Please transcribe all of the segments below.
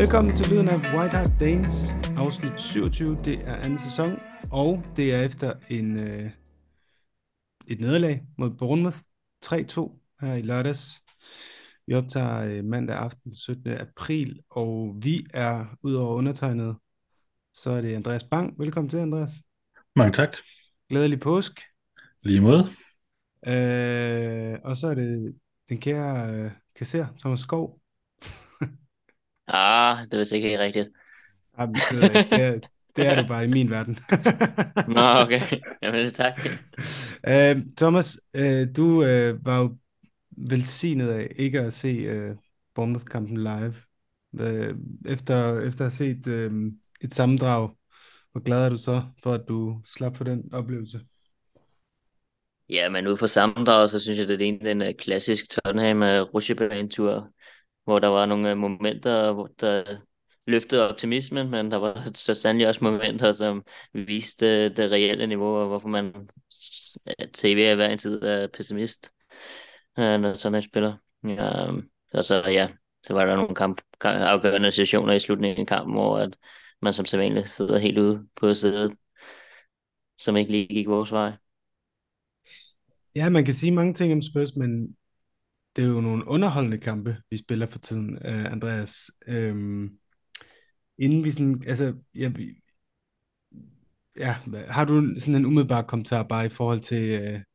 Velkommen til Lyden af White Hart Danes, afsnit 27. Det er anden sæson, og det er efter et nederlag mod Bournemouth 3-2 her i lørdags. Vi optager mandag aften 17. april, og vi er udover undertegnet, så er det Andreas Bang. Velkommen til, Andreas. Mange tak. Glædelig påsk. Lige måde. Og så er det den kære kasser, Thomas Skov. Det er vist ikke helt rigtigt. Jamen, det ved jeg ikke. Det er du bare i min verden. Nå, okay. Jamen, tak. Thomas, du var jo velsignet af ikke at se Bournemouth-kampen live. Efter at have set et sammendrag, hvor glad er du så for, at du slap for den oplevelse? Ja, men ud fra sammendraget, så synes jeg, det er en klassisk Tottenham rutsjebanetur, hvor der var nogle momenter, der løftede optimismen, men der var så sandelig også momenter, som viste det reelle niveau, og hvorfor man tv er hver en tid er pessimist, når Tottenham spiller. Ja, og så var der nogle afgørende situationer i slutningen af kampen, hvor at man som sædvanligt sidder helt ude på sædet, som ikke lige gik vores vej. Ja, man kan sige mange ting om Spurs, men det er jo nogle underholdende kampe, vi spiller for tiden, Andreas. Inden vi sådan, altså, ja, har du sådan en umiddelbar kommentar bare i forhold til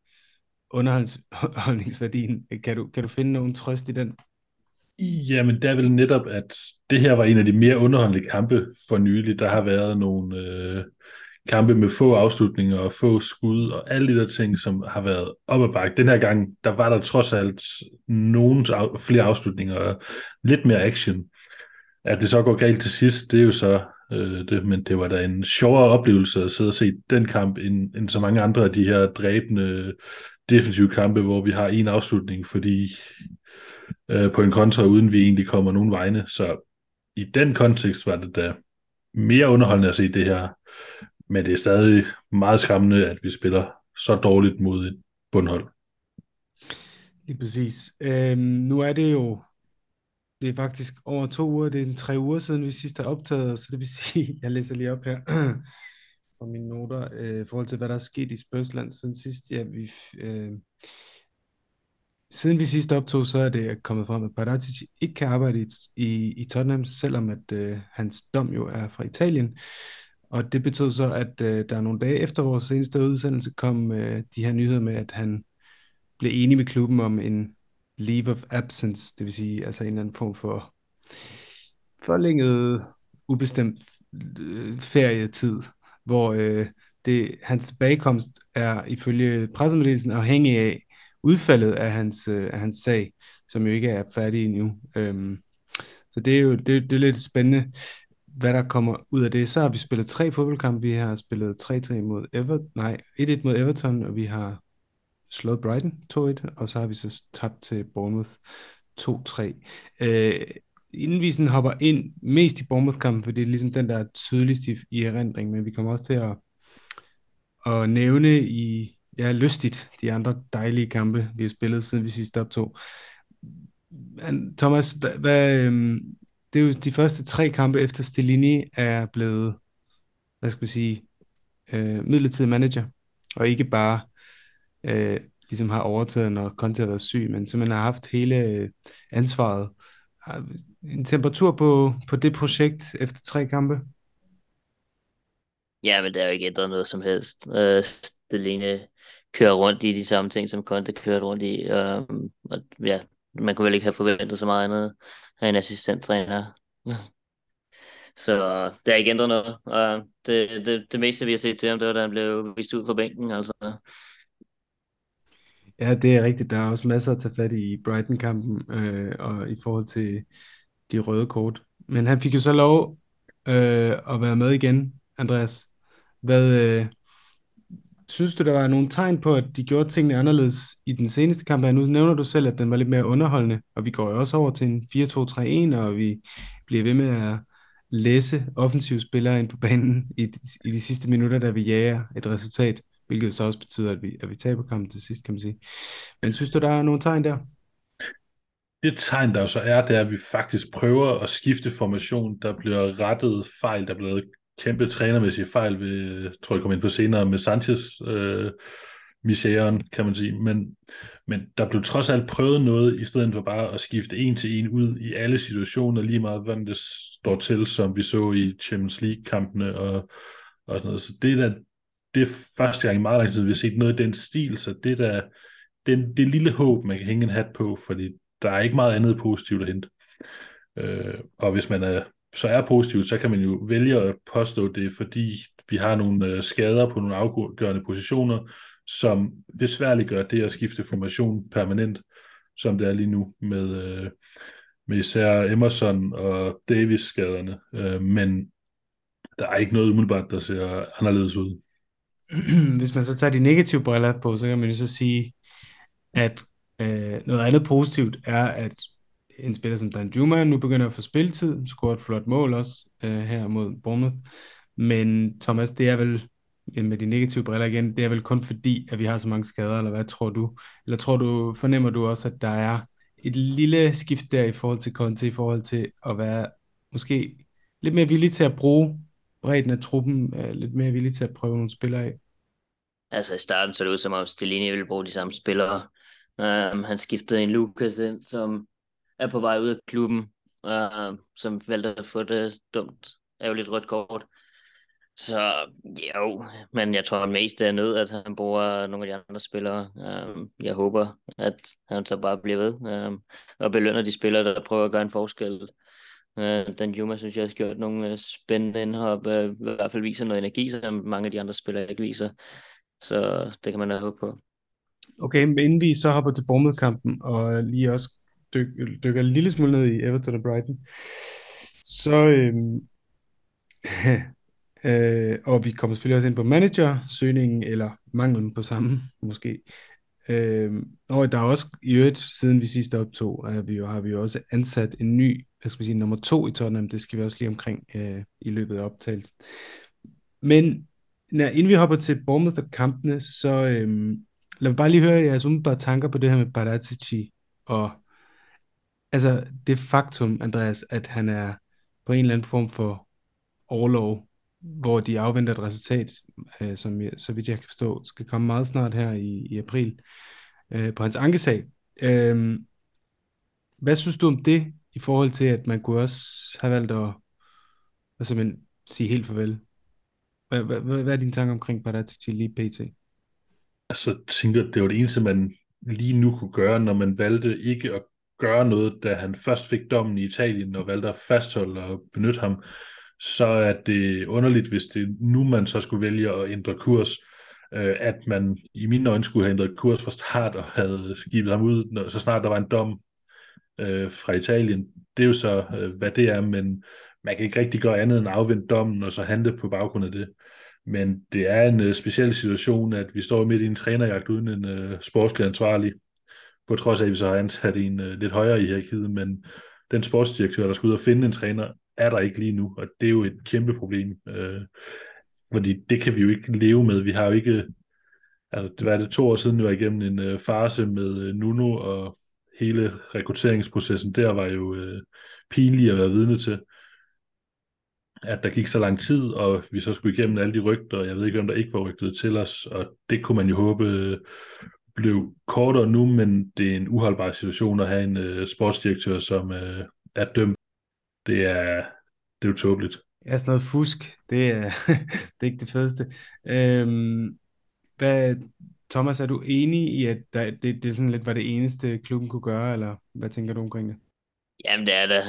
underholdningsværdien? Kan du finde nogen trøst i den? Jamen, det er vel netop, at det her var en af de mere underholdende kampe for nylig. Der har været nogle kampe med få afslutninger og få skud og alle de der ting, som har været op ad bakke. Den her gang, der var der trods alt flere afslutninger og lidt mere action. At det så går galt til sidst, det er jo så det, men det var da en sjovere oplevelse at sidde og se den kamp, end så mange andre af de her dræbende defensive kampe, hvor vi har en afslutning, fordi på en kontra, uden vi egentlig kommer nogen vegne. Så i den kontekst var det da mere underholdende at se det her, men det er stadig meget skræmmende, at vi spiller så dårligt mod et bundhold. Lige præcis. Nu er det jo, det er faktisk over 2 uger, det er 3 uger siden, vi sidst har optaget, så det vil sige, jeg læser lige op her fra mine noter, i forhold til, hvad der er sket i Spørgsland siden sidst. Ja, siden vi sidst optog, så er det kommet frem, at Paratici ikke kan arbejde i Tottenham, selvom at hans dom jo er fra Italien. Og det betød så, at der er nogle dage efter vores seneste udsendelse kom de her nyheder med, at han blev enig med klubben om en leave of absence, det vil sige altså en eller anden form for forlænget, ubestemt ferietid, hvor hans tilbagekomst er ifølge pressemeddelelsen afhængig af udfaldet af hans sag, som jo ikke er færdig endnu. Så det er jo det er lidt spændende, hvad der kommer ud af det. Så har vi spillet 3 fodboldkampe. Vi har spillet 3-3 mod Everton, nej, 1-1 mod Everton, og vi har slået Brighton 2-1, og så har vi så tabt til Bournemouth 2-3. Inden vi sådan hopper ind mest i Bournemouth-kampen, for det er ligesom den, der er tydeligst i erindring, men vi kommer også til at nævne lystigt de andre dejlige kampe, vi har spillet, siden vi sidst optog. Thomas, det er jo de første 3 kampe efter Stellini er blevet, hvad skal vi sige, midlertidig manager, og ikke bare ligesom har overtaget, når Conte har været syg, men simpelthen har haft hele ansvaret. En temperatur på det projekt efter 3 kampe? Ja, men der er jo ikke ændret noget som helst. Stelline kører rundt i de samme ting, som Conte kørte rundt i. Og ja, man kunne vel ikke have forventet så meget andet af en assistenttræner. Så det har ikke ændret noget. Det meste, vi har set til ham, det var, da han blev vist ud på bænken. Altså. Ja, det er rigtigt. Der er også masser at tage fat i Brighton-kampen, og i forhold til de røde kort. Men han fik jo så lov at være med igen, Andreas. Hvad, synes du, der var nogle tegn på, at de gjorde tingene anderledes i den seneste kamp? Nu nævner du selv, at den var lidt mere underholdende, og vi går jo også over til en 4-2-3-1, og vi bliver ved med at læse offensive spillere ind på banen i de sidste minutter, da vi jager et resultat, hvilket jo så også betyder, at vi taber kampen til sidst, kan man sige. Men synes du, der er nogle tegn der? Det tegn, der jo så er, det er, at vi faktisk prøver at skifte formation. Der bliver rettet fejl, der bliver lavet kæmpe trænermæssige fejl ved, tror jeg kommer ind på senere, med Sanchez misæren, kan man sige. Men der blev trods alt prøvet noget, i stedet for bare at skifte en til en ud i alle situationer, lige meget hvordan det står til, som vi så i Champions League-kampene og sådan noget. Så det er første gang i meget lang tid, vi har set noget i den stil, så det lille håb, man kan hænge en hat på, fordi der er ikke meget andet positivt at hente. Og hvis man så er positiv, så kan man jo vælge at påstå det, fordi vi har nogle skader på nogle afgørende positioner, som besværliggør det at skifte formation permanent, som det er lige nu med især Emerson og Davis skaderne. Men der er ikke noget umiddelbart, der ser anderledes ud. Hvis man så tager de negative briller på, så kan man jo så sige, at noget andet positivt er, at en spiller som Dan Juma nu begynder at få spilletid, scorer et flot mål også her mod Bournemouth. Men Thomas, det er vel, med de negative briller igen, det er vel kun fordi, at vi har så mange skader, eller hvad tror du? Eller fornemmer du også, at der er et lille skift der i forhold til Conte, i forhold til at være måske lidt mere villig til at bruge bredden af truppen, lidt mere villig til at prøve nogle spillere af? Altså i starten så det ud som om Stellini ville bruge de samme spillere. Han skiftede en Lucas ind, som er på vej ud af klubben, som valgte at få det dumt, ærgerligt rødt kort. Så jo, men jeg tror mest det er nød, at han bruger nogle af de andre spillere. Jeg håber, at han så bare bliver ved og belønner de spillere, der prøver at gøre en forskel. Dan Juma synes jeg har gjort nogle spændende indhop, i hvert fald viser noget energi, som mange af de andre spillere ikke viser. Så det kan man da håbe på. Okay, men inden vi så hopper til Bournemouth-kampen, og lige også dykker en lille smule ned i Everton og Brighton, så og vi kommer selvfølgelig også ind på manager-søgningen, eller manglen på samme, måske. Og der er også, i øvrigt, siden vi sidst optog, har vi jo også ansat en ny, hvad skal vi sige, nummer 2 i Tottenham, det skal vi også lige omkring i løbet af optagelsen. Men inden vi hopper til Bournemouth og kampene, så lad mig bare lige høre jeres umiddelbare tanker på det her med Paratici, og altså det faktum, Andreas, at han er på en eller anden form for overlov, hvor de afventer et resultat, som så vidt jeg kan forstå, skal komme meget snart her i april, på hans ankesag. Hvad synes du om det, i forhold til, at man kunne også have valgt at simpelthen sige helt farvel? Hvad er dine tanker omkring Paratici lige pt? Altså, tænker, det var det eneste, man lige nu kunne gøre, når man valgte ikke at gøre noget, da han først fik dommen i Italien og valgte at fastholde og benytte ham, så er det underligt, hvis det nu man så skulle vælge at ændre kurs, at man i mine øjne skulle have ændret kurs fra start og havde skibet ham ud, så snart der var en dom fra Italien. Det er jo så, hvad det er, men man kan ikke rigtig gøre andet end at afvente dommen og så handle på baggrund af det. Men det er en speciel situation, at vi står midt i en trænerjagt uden en sportslig ansvarlig, på trods af, at vi så har ansat en lidt højere i hierarkiet, men den sportsdirektør, der skal ud og finde en træner, er der ikke lige nu, og det er jo et kæmpe problem, fordi det kan vi jo ikke leve med. Vi har jo ikke, altså det var det 2 år siden, vi var igennem en fase med Nuno, og hele rekrutteringsprocessen der var jo pinlig at være vidne til, at der gik så lang tid, og vi så skulle igennem alle de rygter, og jeg ved ikke, om der ikke var rygtet til os, og det kunne man jo håbe blev kortere nu, men det er en uholdbar situation at have en sportsdirektør, som er dømt. Det er jo tåbeligt. Ja, sådan noget fusk, det er, det er ikke det fedeste. Hvad, Thomas, er du enig i, at det sådan lidt var det eneste, klubben kunne gøre, eller hvad tænker du omkring det? Jamen det er det.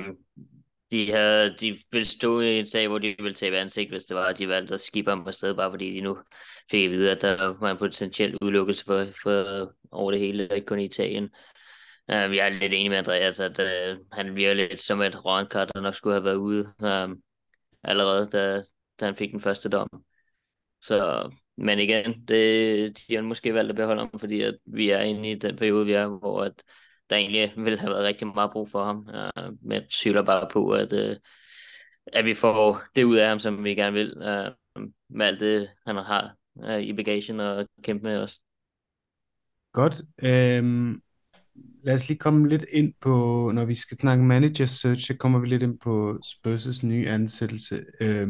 De ville stå i en sag, hvor de ville tabe ansigt, hvis det var, at de valgte at skibe ham afsted, bare fordi de nu fik at vide, at der var en potentiel udelukkelse for over det hele, ikke kun i Italien. Jeg er lidt enig med Andreas, at han virker lidt som et rådkart, der nok skulle have været ude allerede, da han fik den første dom. Så, men igen, de har måske valgt at beholde ham, fordi at vi er inde i den periode, vi er, hvor at der egentlig ville have været rigtig meget brug for ham. Men jeg tvivler bare på, at vi får det ud af ham, som vi gerne vil, med alt det, han har i bagagen og kæmpe med os. Godt. lad os lige komme lidt ind på, når vi skal snakke manager search, så kommer vi lidt ind på Spurs' nye ansættelse.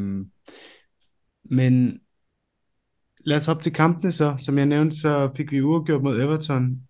Men lad os hoppe til kampene så. Som jeg nævnte, så fik vi uafgjort mod Everton.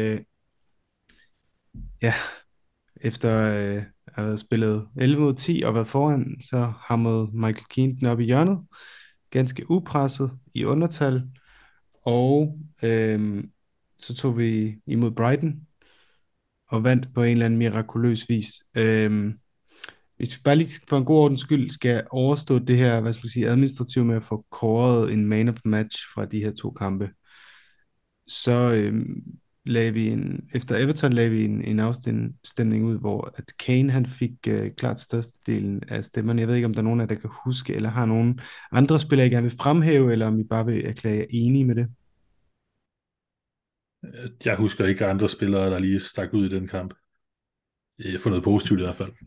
Ja, efter at have været spillet 11 mod 10 og været foran, så hamrede Michael Keane den op i hjørnet. Ganske upresset i undertal. Og så tog vi imod Brighton og vandt på en eller anden mirakuløs vis. Hvis vi bare lige for en god ordens skyld skal overstå det her, hvad skal man sige, administrativt med at få kåret en man of the match fra de her to kampe, så lagde vi efter Everton lagde vi en afstemning ud, hvor at Kane han fik klart størstedelen af stemmerne. Jeg ved ikke, om der er nogen af jer, der kan huske, eller har nogen andre spillere, jeg gerne vil fremhæve, eller om I bare vil erklære jer enige med det. Jeg husker ikke andre spillere, der lige stak ud i den kamp. For noget positivt i hvert fald.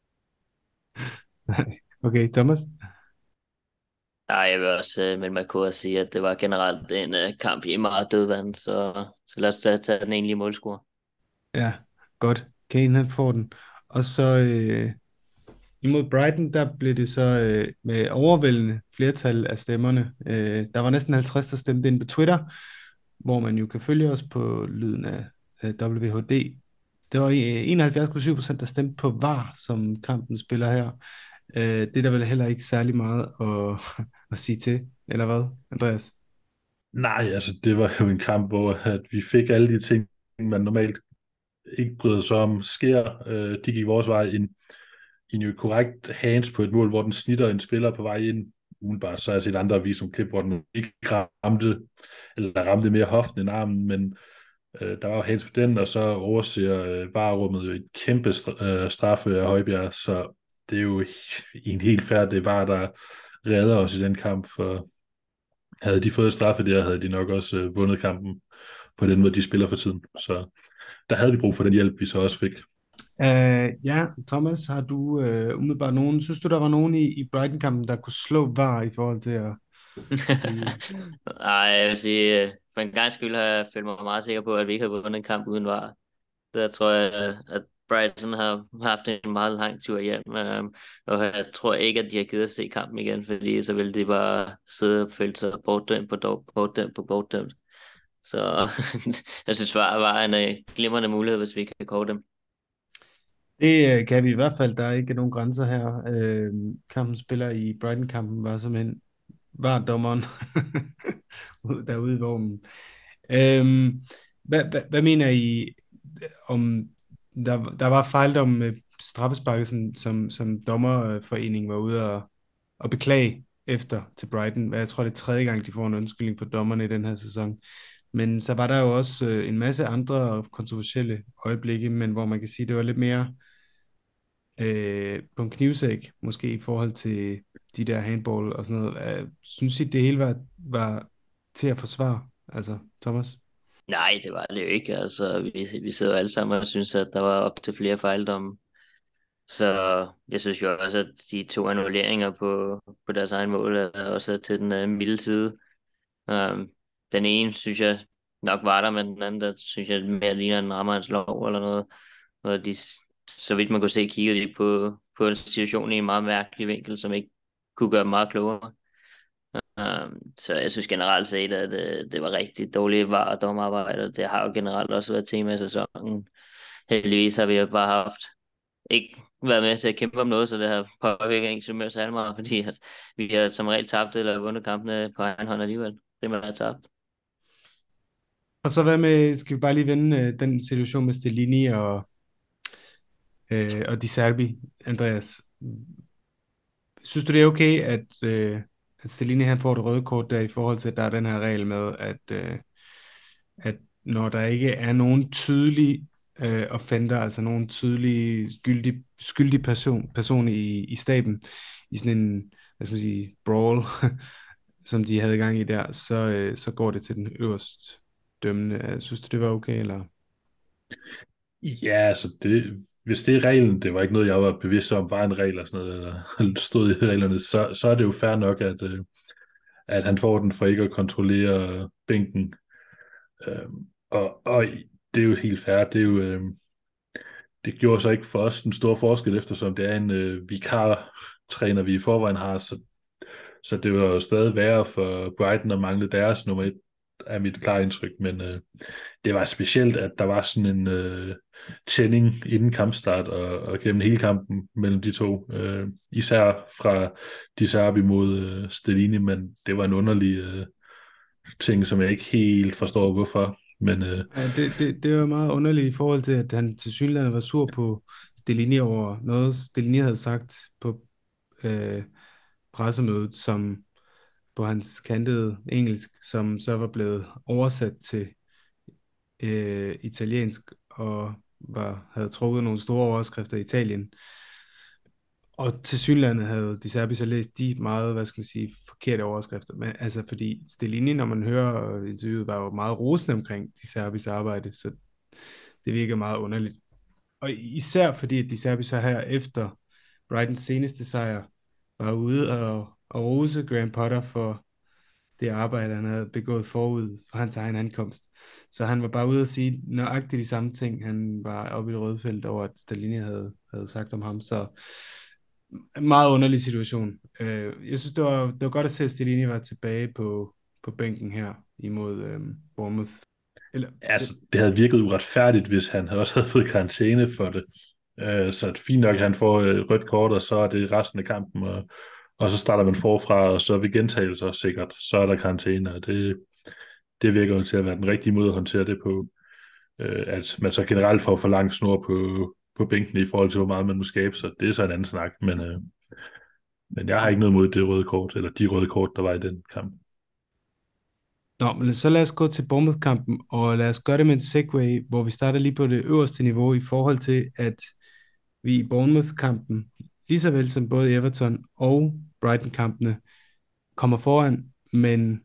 Okay, Thomas? Nej, jeg vil også melde mig på at sige, at det var generelt en kamp i meget dødvand, så lad os tage den egentlige målscore. Ja, godt. Kane han får den. Og så imod Brighton, der blev det så med overvældende flertal af stemmerne. Der var næsten 50, der stemte ind på Twitter, hvor man jo kan følge os på lyden af WHD. Det var 71,7%, der stemte på VAR, som kampen spiller her. Det er der vel heller ikke særlig meget at sige til, eller hvad, Andreas? Nej, altså det var jo en kamp, hvor at vi fik alle de ting, man normalt ikke bryder sig om, sker. De gik vores vej en jo korrekt hands på et mål, hvor den snitter en spiller på vej ind. Udenbart så har jeg set andre vise som klip, hvor den ikke ramte mere hoften end armen, men der var jo hands på den, og så overser varerummet jo et kæmpe straffe af Højbjerg, så det er jo en helt fair, det var der redder os i den kamp, for havde de fået straffe der, havde de nok også vundet kampen på den måde, de spiller for tiden. Så der havde vi brug for den hjælp, vi så også fik. Ja, Thomas, har du umiddelbart nogen, synes du, der var nogen i Brighton-kampen, der kunne slå VAR i forhold til at... Nej, jeg vil sige, for en gang skyld har jeg følt mig meget sikker på, at vi ikke har vundet en kamp uden VAR. Der tror jeg, at Brighton har haft en meget lang tur hjem, og jeg tror ikke, at de har givet at se kampen igen, fordi så ville de bare sidde og føle sig bortdømt. Så jeg synes, VAR var en glimrende mulighed, hvis vi kan kåre dem. Det kan vi i hvert fald. Der er ikke nogen grænser her. Kampen spiller i Brighton-kampen var simpelthen var dommeren derude i vognen. Hvad mener I om der var fejldom med straffesparket, som dommerforeningen var ude og beklage efter til Brighton. Jeg tror, det er tredje gang, de får en undskyldning for dommerne i den her sæson. Men så var der jo også en masse andre kontroversielle øjeblikke, men hvor man kan sige, det var lidt mere på en knivsæk, måske i forhold til de der handball og sådan noget. Synes I, det hele var til at forsvare? Altså, Thomas? Nej, det var det jo ikke. Altså, vi sidder alle sammen og synes, at der var op til flere fejldomme. Så jeg synes jo også, at de to annulleringer på deres egen mål er også til den milde side. Den ene synes jeg nok var der, men den anden, der synes jeg mere ligner en rammerens lov eller noget. Og de, så vidt man kunne se, kiggede de på en situation i en meget mærkelig vinkel, som ikke kunne gøre dem meget klogere. Så jeg synes generelt set, at det var rigtig dårligt VAR og dommerarbejde. Det har jo generelt også været tema i sæsonen. Heldigvis har vi jo bare ikke været med til at kæmpe om noget, så det har påvirket ikke så særlig meget, fordi at vi har som regel tabt eller vundet kampene på egen hånd alligevel. Det man har tabt. Og så hvad med, skal vi bare lige vende den situation med Stellini og Di Serbi, Andreas? Synes du, det er okay, at Stellini han får det røde kort der i forhold til, at der er den her regel med, at når der ikke er nogen tydelig offender, altså nogen tydelig skyldig person i staben, i sådan en, hvad skal man sige, brawl, som de havde gang i der, så går det til den øverst dømmende. Synes du, det var okay, eller? Ja, altså hvis det er reglen, det var ikke noget, jeg var bevidst om, var en regel og sådan noget, eller stod i reglerne, så er det jo fair nok, at han får den for ikke at kontrollere bænken. Og det er jo helt fair. Det er jo, det gjorde så ikke for os den store forskel, eftersom det er en vikar-træner, vi i forvejen har, så det var jo stadig værre for Brighton at mangle deres nummer et, er mit klare indtryk, men det var specielt, at der var sådan en tænding inden kampstart og gennem hele kampen mellem de to, især fra Di Serbi mod Stellini, men det var en underlig ting, som jeg ikke helt forstår, hvorfor. Men Ja, det var meget underligt i forhold til, at han til synligheden var sur på Stellini over noget, Stellini havde sagt på øh, pressemødet, som på hans kantede engelsk, som så var blevet oversat til italiensk, og havde trukket nogle store overskrifter i Italien. Og til synligheden havde de Serbi så læst de meget, hvad skal man sige, forkerte overskrifter. Men, altså fordi Stellini, når man hører interviewet, var jo meget rosende omkring de Serbis arbejde, så det virker meget underligt. Og især fordi, at de Serbi så her efter Brightons seneste sejr, var ude og rose Graham Potter for det arbejde, han havde begået forud for hans egen ankomst. Så han var bare ude og sige nøjagtigt de samme ting, han var oppe i det røde felt over, at Stellini havde sagt om ham. Så en meget underlig situation. Jeg synes, det var godt at se, at Stellini var tilbage på bænken her imod Bournemouth. altså, det havde virket uretfærdigt, hvis han også havde fået karantæne for det. Så det er fint nok, at han får et rødt kort, og så er det resten af kampen, og så starter man forfra, og så ved gentagelser sikkert, så er der karantæne, og det virker jo til at være den rigtige måde at håndtere det på, at man så generelt får for lang snor på bænken i forhold til, hvor meget man må skabe, så det er så en anden snak, men jeg har ikke noget mod det røde kort, eller de røde kort, der var i den kamp. Nå, men så lad os gå til Bournemouth-kampen, og lad os gøre det med en segway, hvor vi starter lige på det øverste niveau i forhold til, at vi i Bournemouth-kampen, lige så vel som både Everton og Brighton-kampene, kommer foran, men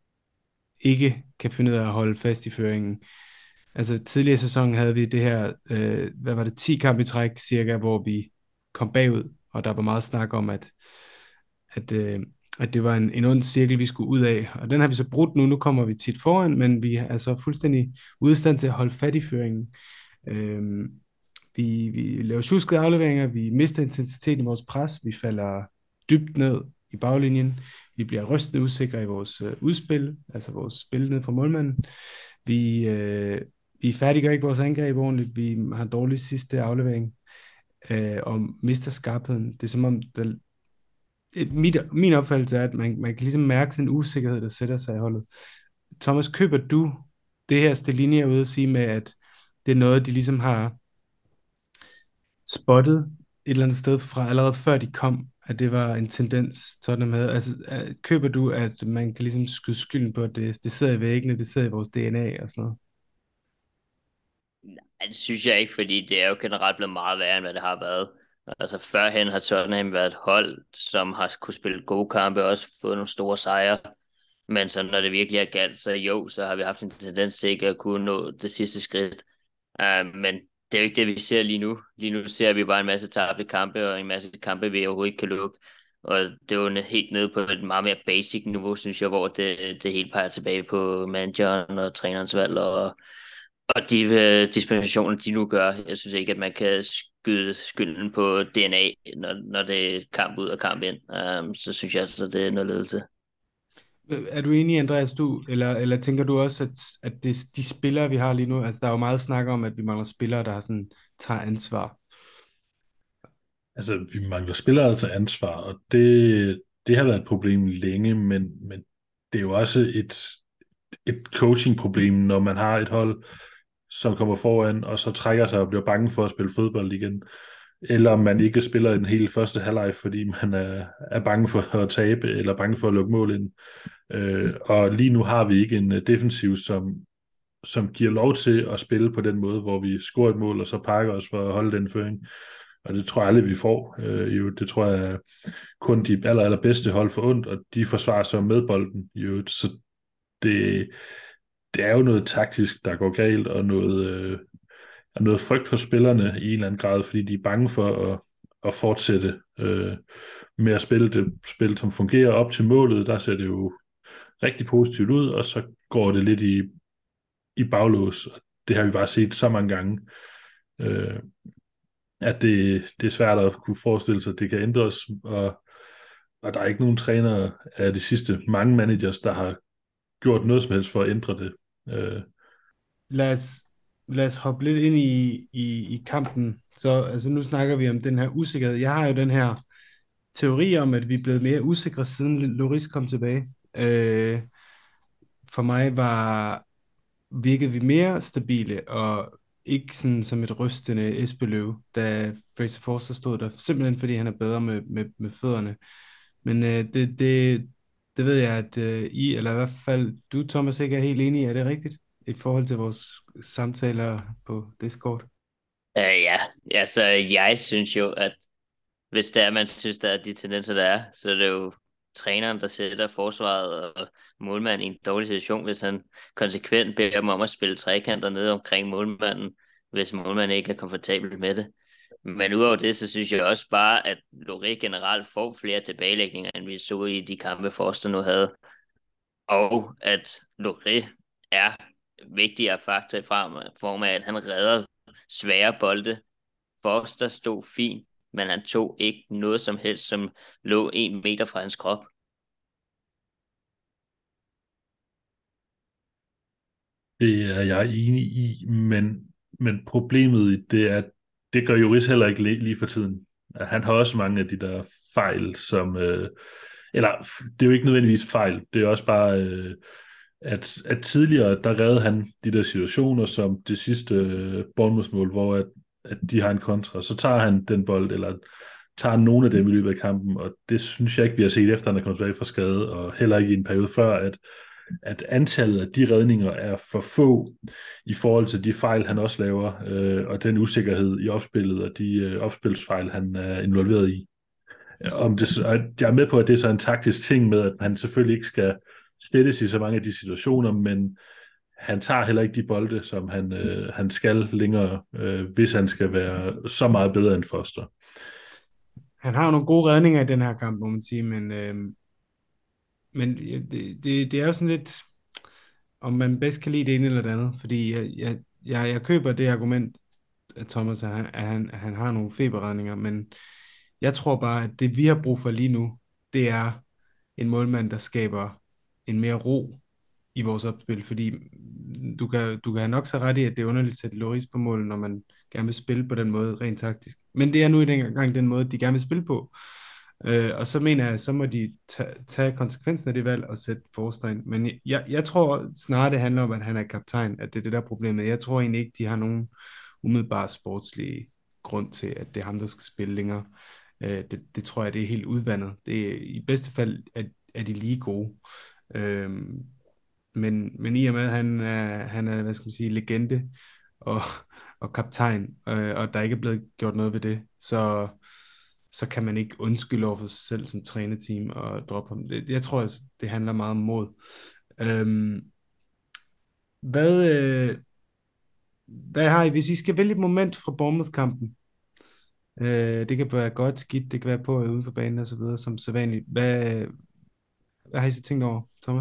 ikke kan finde ud af at holde fast i føringen. Altså tidligere i sæsonen havde vi det her, hvad var det, 10 kampe i træk cirka, hvor vi kom bagud, og der var meget snak om, at, øh, at det var en ond cirkel, vi skulle ud af. Og den har vi så brudt nu. Nu kommer vi tit foran, men vi er altså fuldstændig ude af stand til at holde fat i føringen. Vi laver tjuskede afleveringer, vi mister intensitet i vores pres, vi falder dybt ned i baglinjen, vi bliver rystende usikre i vores udspil, altså vores spil ned fra målmanden. Vi færdiggør ikke vores angreb ordentligt, vi har en dårlig sidste aflevering, og mister skarpheden. Det er som om, min opfattelse er, at man kan ligesom mærke sådan en usikkerhed, der sætter sig i holdet. Thomas, køber du det her Stellini er ude at sige med, at det er noget, de ligesom har spottet et eller andet sted fra allerede før de kom, at det var en tendens, Tottenham havde? Altså, køber du, at man kan ligesom skyde skylden på, at det sidder i væggene, det sidder i vores DNA og sådan noget? Ja, det synes jeg ikke, fordi det er jo generelt blevet meget værre, end hvad det har været. Altså førhen har Tottenham været et hold, som har kunne spille gode kampe og også fået nogle store sejre. Men så når det virkelig er galt, så jo, så har vi haft en tendens til ikke at kunne nå det sidste skridt. Men det er jo ikke det, vi ser lige nu. Lige nu ser vi bare en masse tabte kampe, og en masse kampe, vi overhovedet ikke kan lukke. Og det er jo helt nede på et meget mere basic niveau, synes jeg, hvor det helt peger tilbage på manageren og trænerens valg, og de dispensationer, de nu gør. Jeg synes ikke, at man kan skyde skylden på DNA, når det er kamp ud og kamp ind. Så synes jeg, at det er noget ledelse. Er du enig, Andreas, eller tænker du også, at de spillere, vi har lige nu, altså der er jo meget snak om, at vi mangler spillere, der tager ansvar. Altså, vi mangler spillere, der tager ansvar, og det har været et problem længe, men det er jo også et coaching-problem, når man har et hold, som kommer foran, og så trækker sig og bliver bange for at spille fodbold igen. Eller om man ikke spiller den hele første halvleg, fordi man er bange for at tabe, eller bange for at lukke mål ind. Og lige nu har vi ikke en defensiv, som giver lov til at spille på den måde, hvor vi scorer et mål, og så pakker os for at holde den føring. Og det tror jeg aldrig, vi får. Det tror jeg kun de allerbedste hold for ondt, og de forsvarer sig med bolden. Så det er jo noget taktisk, der går galt, og noget frygt for spillerne i en eller anden grad, fordi de er bange for at fortsætte med at spille det spil, som fungerer op til målet. Der ser det jo rigtig positivt ud, og så går det lidt i baglås. det har vi bare set så mange gange, øh, at det er svært at kunne forestille sig, at det kan ændres, og der er ikke nogen trænere af de sidste mange managers, der har gjort noget som helst for at ændre det. Øh, Lad os, lad os hoppe lidt ind i kampen. Så altså, nu snakker vi om den her usikkerhed. Jeg har jo den her teori om, at vi er blevet mere usikre, siden Loris kom tilbage. For mig virkede vi mere stabile, og ikke sådan som et rystende Esbeløv, da Fraser Forster stod der, simpelthen fordi han er bedre med fødderne. Men det ved jeg, at I, eller i hvert fald du, Thomas, ikke er helt enig i. Er det rigtigt? I forhold til vores samtaler på Discord? Ja, altså jeg synes jo, at hvis der man synes, der er de tendenser, der er, så er det jo træneren, der sætter forsvaret og målmanden i en dårlig situation, hvis han konsekvent beder dem om at spille trekanter ned omkring målmanden, hvis målmanden ikke er komfortabel med det. Men udover det, så synes jeg også bare, at Loré generelt får flere tilbagelægninger, end vi så i de kampe, Forster nu havde. Og at Loré er vigtigere faktor i form af, at han redder svære bolde. Forster stod fint, men han tog ikke noget som helst, som lå 1 meter fra hans krop. Det er jeg enig i, men problemet i det er, at det gør Joris heller ikke lige for tiden. Han har også mange af de der fejl, som... eller, det er jo ikke nødvendigvis fejl, det er også bare, at tidligere, der redde han de der situationer, som det sidste Bournemouth-mål, hvor at de har en kontra, så tager han den bold, eller tager nogle af dem i løbet af kampen, og det synes jeg ikke, vi har set efter, han er kommet tilbage fra skade, og heller ikke i en periode før, at antallet af de redninger er for få i forhold til de fejl, han også laver, og den usikkerhed i opspillet, og de opspilsfejl, han er involveret i. Jeg er med på, at det er så en taktisk ting med, at han selvfølgelig ikke skal sættes i så mange af de situationer, men han tager heller ikke de bolde, som han skal længere, hvis han skal være så meget bedre end Foster. Han har jo nogle gode redninger i den her kamp, må man sige, men det er jo sådan lidt, om man bedst kan lide det ene eller det andet, fordi jeg køber det argument af Thomas, at han har nogle feberredninger, men jeg tror bare, at det vi har brug for lige nu, det er en målmand, der skaber en mere ro i vores opspil, fordi du kan have nok så ret i, at det er underligt at sætte Loris på mål, når man gerne vil spille på den måde, rent taktisk. Men det er nu i den gang den måde, de gerne vil spille på. Og så mener jeg, så må de tage konsekvensen af det valg og sætte Forster ind. Men jeg tror snarere, det handler om, at han er kaptajn, at det er det der problemet. Jeg tror egentlig ikke, de har nogen umiddelbare sportslige grund til, at det er ham, der skal spille længere. Det tror jeg, det er helt udvandet. Det er, i bedste fald er de lige gode. Men i og med, at han er, hvad skal man sige, legende og, og kaptajn, og der ikke er blevet gjort noget ved det, så kan man ikke undskylde over for sig selv som trænerteam og droppe ham. Jeg tror, altså, det handler meget om mod. Hvad, hvad har I, hvis I skal vælge et moment fra Bournemouth-kampen? Det kan være godt, skidt, det kan være på og ude på banen og så videre, som sædvanligt. Hvad har I så tænkt over, Thomas?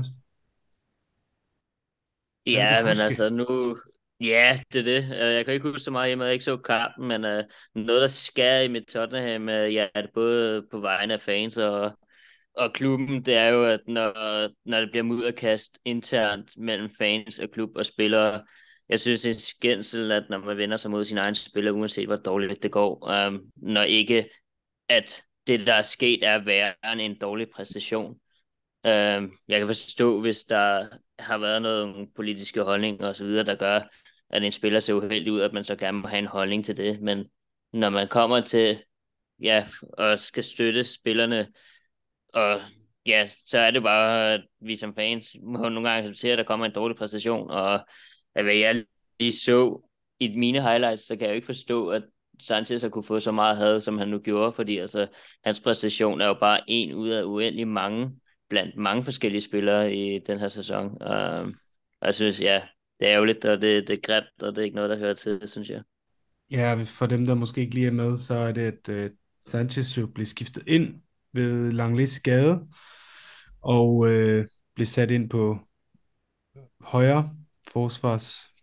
Hvad vil du Ja, men huske? altså nu... Ja, det er det. Jeg kan ikke huske så meget hjemme, at jeg ikke så kampen, men noget, der skærer i mit Tottenham, ja, det både på vegne af fans og klubben, det er jo, at når det bliver mudderkast internt mellem fans og klub og spillere, jeg synes, det er en skændsel, at når man vender sig mod sine egne spillere, uanset hvor dårligt det går, når ikke, at det, der er sket, er værre end en dårlig præstation. Jeg kan forstå, hvis der har været nogle politiske holdninger og så videre, der gør, at en spiller ser uheldig ud, at man så gerne må have en holdning til det. Men når man kommer til, ja, og skal støtte spillerne, og ja, så er det bare, at vi som fans må nogle gange acceptere, at der kommer en dårlig præstation, og at hvad jeg lige så i mine highlights, så kan jeg jo ikke forstå, at Sanchez har kunne få så meget had, som han nu gjorde, fordi altså, hans præstation er jo bare en ud af uendelig mange, blandt mange forskellige spillere i den her sæson. Og jeg synes, ja, det er ærgerligt, og det er grimt, og det er ikke noget, der hører til, synes jeg. Ja, for dem, der måske ikke lige er med, så er det, at Sanchez jo blev skiftet ind ved Langlis skade, og blev sat ind på højre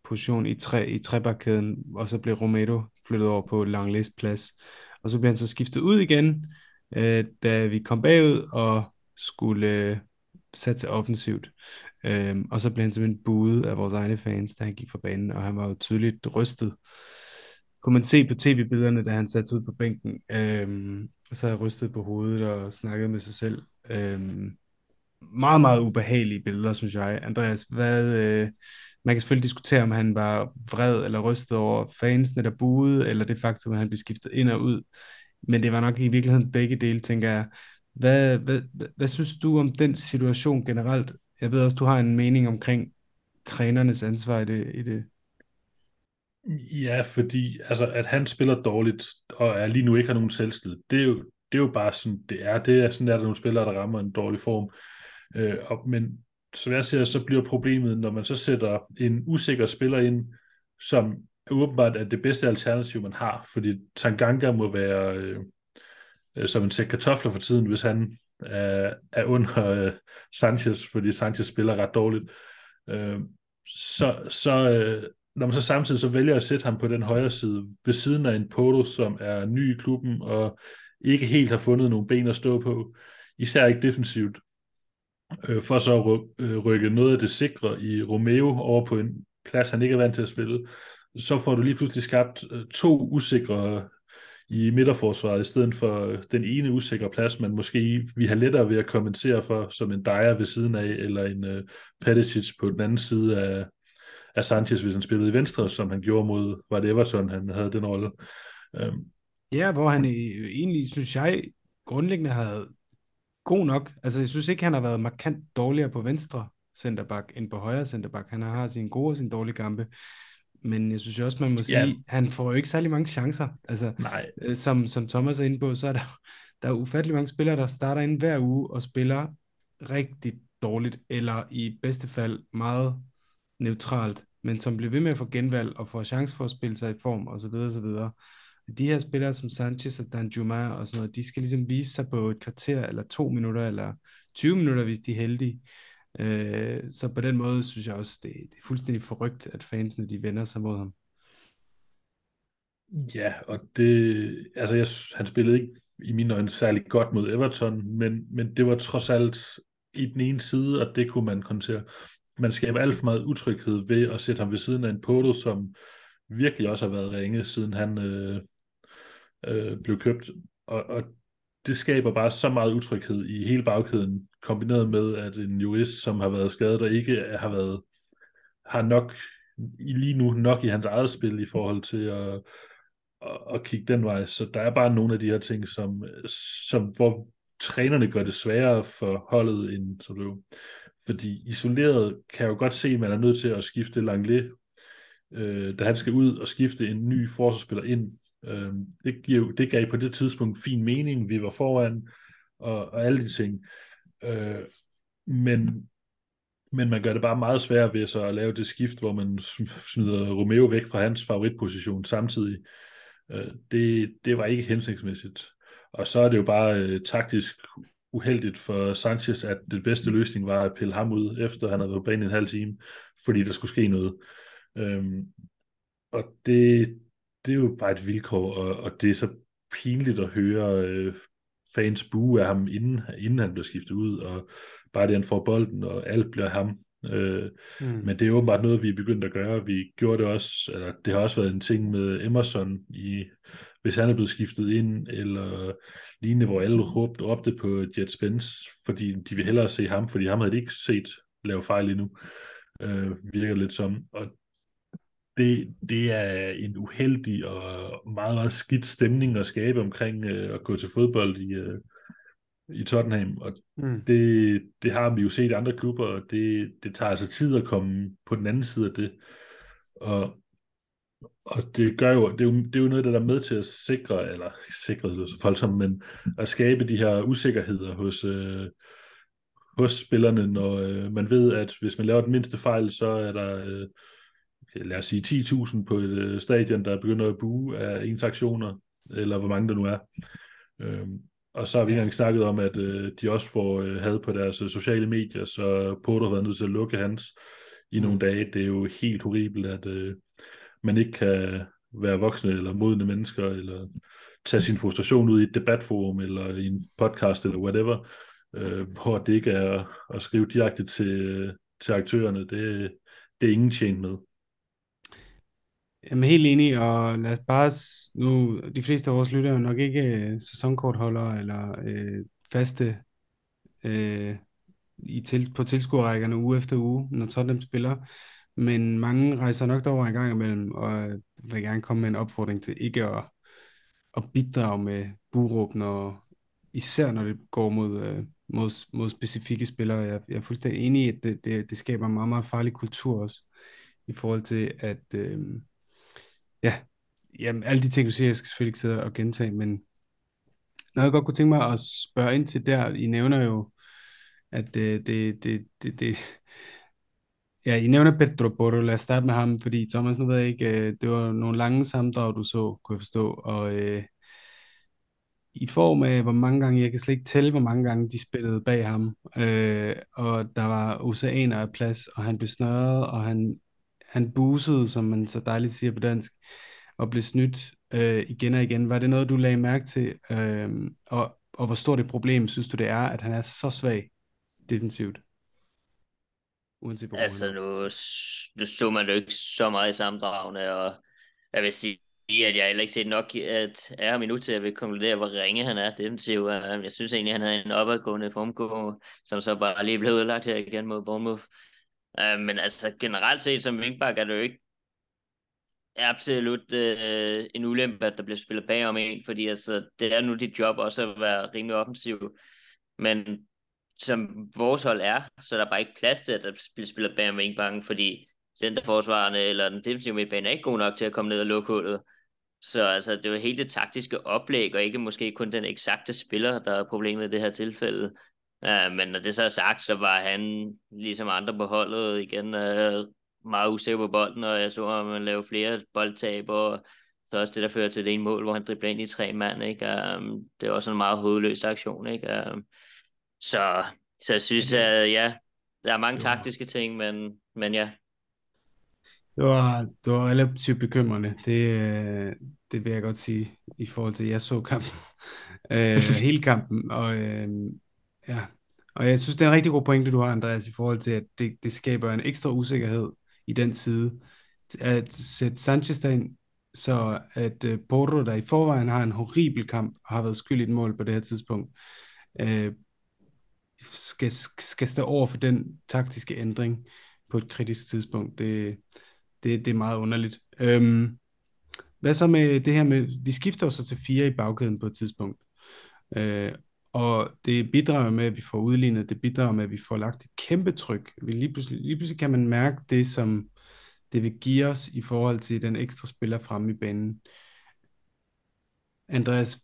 position i trebakkæden, og så blev Romero flyttet over på Langles plads. Og så blev han så skiftet ud igen, da vi kom bagud og skulle satse offensivt. Og så blev han simpelthen buet af vores egne fans, da han gik fra banen, og han var jo tydeligt rystet. Kunne man se på tv-billederne, da han satte sig ud på bænken, så havde jeg rystet på hovedet og snakket med sig selv. Meget, meget ubehagelige billeder, synes jeg. Andreas, man kan selvfølgelig diskutere, om han var vred eller rystet over fansene, der buede, eller det faktum, at han blev skiftet ind og ud. Men det var nok i virkeligheden begge dele, tænker jeg. Hvad synes du om den situation generelt? Jeg ved også, du har en mening omkring trænernes ansvar i det. Ja, fordi altså, at han spiller dårligt, og er lige nu ikke har nogen selvtillid, det er jo bare sådan, det er. Det er sådan, at der er nogle spillere, der rammer en dårlig form. Men som jeg ser, så bliver problemet, når man så sætter en usikker spiller ind, som åbenbart er det bedste alternativ, man har, fordi Tanganga må være som en sæk kartofler for tiden, hvis han er under Sanchez, fordi Sanchez spiller ret dårligt. Når man så samtidig så vælger at sætte ham på den højre side, ved siden af en Poto, som er ny i klubben, og ikke helt har fundet nogle ben at stå på, især ikke defensivt, for så at rykke noget af det sikre i Romeo over på en plads, han ikke er vant til at spille, så får du lige pludselig skabt to usikre i midterforsvaret, i stedet for den ene usikre plads, man måske vi har lettere ved at kompensere for, som en Dyer ved siden af, eller en Perisic på den anden side af Sanchez, hvis han spillede i venstre, som han gjorde mod, var det Everton, han havde den rolle. Ja, hvor han egentlig, synes jeg, grundlæggende havde god nok. Altså, jeg synes ikke, han har været markant dårligere på venstre centerback end på højre centerback. Han har sine gode og sine dårlige kampe. Men jeg synes også, man må sige, han får jo ikke særlig mange chancer. Altså, som Thomas er inde på, så er der er ufattelig mange spillere, der starter ind hver uge og spiller rigtig dårligt, eller i bedste fald meget neutralt, men som bliver ved med at få genvalg og får chance for at spille sig i form, og så videre, og så videre. De her spillere som Sanchez og Danjuma og sådan noget, de skal ligesom vise sig på et kvarter, eller 2 minutter, eller 20 minutter, hvis de er heldige. Så på den måde synes jeg også, det er fuldstændig forrygt, at fansene de vender sig mod ham. Ja, og det, altså han spillede ikke i mine øjne særlig godt mod Everton, men det var trods alt i den ene side, og det kunne man kontere. Man skaber alt for meget utryghed ved at sætte ham ved siden af en Poto, som virkelig også har været ringe, siden han blev købt. Og det skaber bare så meget utryghed i hele bagkæden, kombineret med, at en jurist, som har været skadet og ikke har nok lige nu nok i hans eget spil i forhold til at kigge den vej. Så der er bare nogle af de her ting, som hvor trænerne gør det sværere for holdet end så det. Fordi isoleret kan jeg jo godt se, at man er nødt til at skifte Langley, da han skal ud og skifte en ny forsvarsspiller ind. Det gav på det tidspunkt fin mening, vi var foran, og alle de ting. Men man gør det bare meget sværere ved så at lave det skift, hvor man smider Romeo væk fra hans favoritposition samtidig. Det var ikke hensigtsmæssigt. Og så er det jo bare taktisk uheldigt for Sanchez, at det bedste løsning var at pille ham ud, efter han havde været på banen en halv time, fordi der skulle ske noget. Og det er jo bare et vilkår, og det er så pinligt at høre fans bue af ham, inden han bliver skiftet ud, og bare det, han får bolden, og alt bliver ham. Men det er åbenbart noget, vi er begyndt at gøre. Vi gjorde det også, eller det har også været en ting med Emerson, hvis han er blevet skiftet ind, eller lignende, hvor alle råbte på Jet Spence, fordi de vil hellere se ham, fordi ham havde de ikke set lave fejl endnu. Virker lidt som. Og det er en uheldig og meget, meget skidt stemning at skabe omkring at gå til fodbold i Tottenham, og det har vi jo set i andre klubber, og det tager altså tid at komme på den anden side af det, og det gør jo, det er jo noget, der er med til at sikre det så voldsomt, men at skabe de her usikkerheder hos spillerne, når man ved, at hvis man laver den mindste fejl, så er der lad os sige 10.000 på et stadion, der begynder at bue af ens aktioner, eller hvor mange der nu er. Og så har vi ikke engang snakket om, at de også får had på deres sociale medier, så Porto har været nødt til at lukke hans i nogle dage. Det er jo helt horribelt, at man ikke kan være voksne eller modne mennesker, eller tage sin frustration ud i et debatforum, eller i en podcast, eller whatever, hvor det ikke er at skrive direkte til aktørerne. Det er ingen tjent med. Jamen helt enig, og lad os bare, nu, de fleste af vores lyttere er jo nok ikke sæsonkortholdere eller faste øh, på tilskuerrækkerne uge efter uge, når Tottenham spiller, men mange rejser nok derover en gang imellem, og vil gerne komme med en opfordring til ikke at bidrage med buråb, især når det går mod specifikke spillere. Jeg er fuldstændig enig i, at det skaber en meget, meget farlig kultur også, i forhold til at ja, jamen, alle de ting, du siger, jeg skal selvfølgelig ikke sidde og gentage, men noget, jeg godt kunne tænke mig at spørge ind til der, I nævner jo, at ja, I nævner Pedro Porro, lad os starte med ham, fordi Thomas, nu ved jeg ikke, det var nogle lange sammendrag, du så, kunne jeg forstå, og i form af, hvor mange gange, jeg kan slet ikke tælle, hvor mange gange de spillede bag ham, og der var oceaner af plads, og han blev snørret, og han busede, som man så dejligt siger på dansk, og blev snydt igen og igen. Var det noget, du lagde mærke til, og hvor stort et problem synes du, det er, at han er så svag defensivt? Uanset hvor Altså, han er. nu så man jo ikke så meget i sammendragene, og jeg vil sige, at jeg heller ikke set nok at er ham endnu til at vil konkludere, hvor ringe han er defensivt. Jeg synes egentlig, han havde en opadgående formkurve, som så bare lige blev udlagt her igen mod Bournemouth. Men altså, generelt set som wingback er det jo ikke absolut en ulempe, at der bliver spillet bagom en, fordi altså, det er nu dit job også at være rimelig offensiv. Men som vores hold er, så er der bare ikke plads til, at der bliver spillet bagom wingbacken, fordi centerforsvarerne eller den defensive midtbane er ikke god nok til at komme ned og lukke hullet. Så altså, det var helt det taktiske oplæg, og ikke måske kun den eksakte spiller, der er problemet i det her tilfælde. Men når det så er sagt, så var han, ligesom andre på holdet, igen meget usikker på bolden, og jeg så, at man lavede flere boldtab, og så også det, der fører til det ene mål, hvor han dribler ind i 3 mand, ikke? Det var også en meget hovedløs aktion, ikke? Så jeg synes, at ja, der er mange taktiske ting, men ja. Det var relativt bekymrende. Det vil jeg godt sige, i forhold til, at jeg så kampen. Hele kampen. Ja. Og jeg synes, det er en rigtig god pointe, du har, Andreas, i forhold til, at det skaber en ekstra usikkerhed i den side. At sætte Sanchez derind, så at Porro, der i forvejen har en horribel kamp, og har været skyld i et mål på det her tidspunkt, skal stå over for den taktiske ændring på et kritisk tidspunkt. Det er meget underligt. Hvad så med det her med, vi skifter så til 4 i bagkæden på et tidspunkt, og det bidrager med, at vi får udlignet, det bidrager med, at vi får lagt et kæmpe tryk. Lige pludselig kan man mærke det, som det vil give os i forhold til den ekstra spiller fremme i banen. Andreas,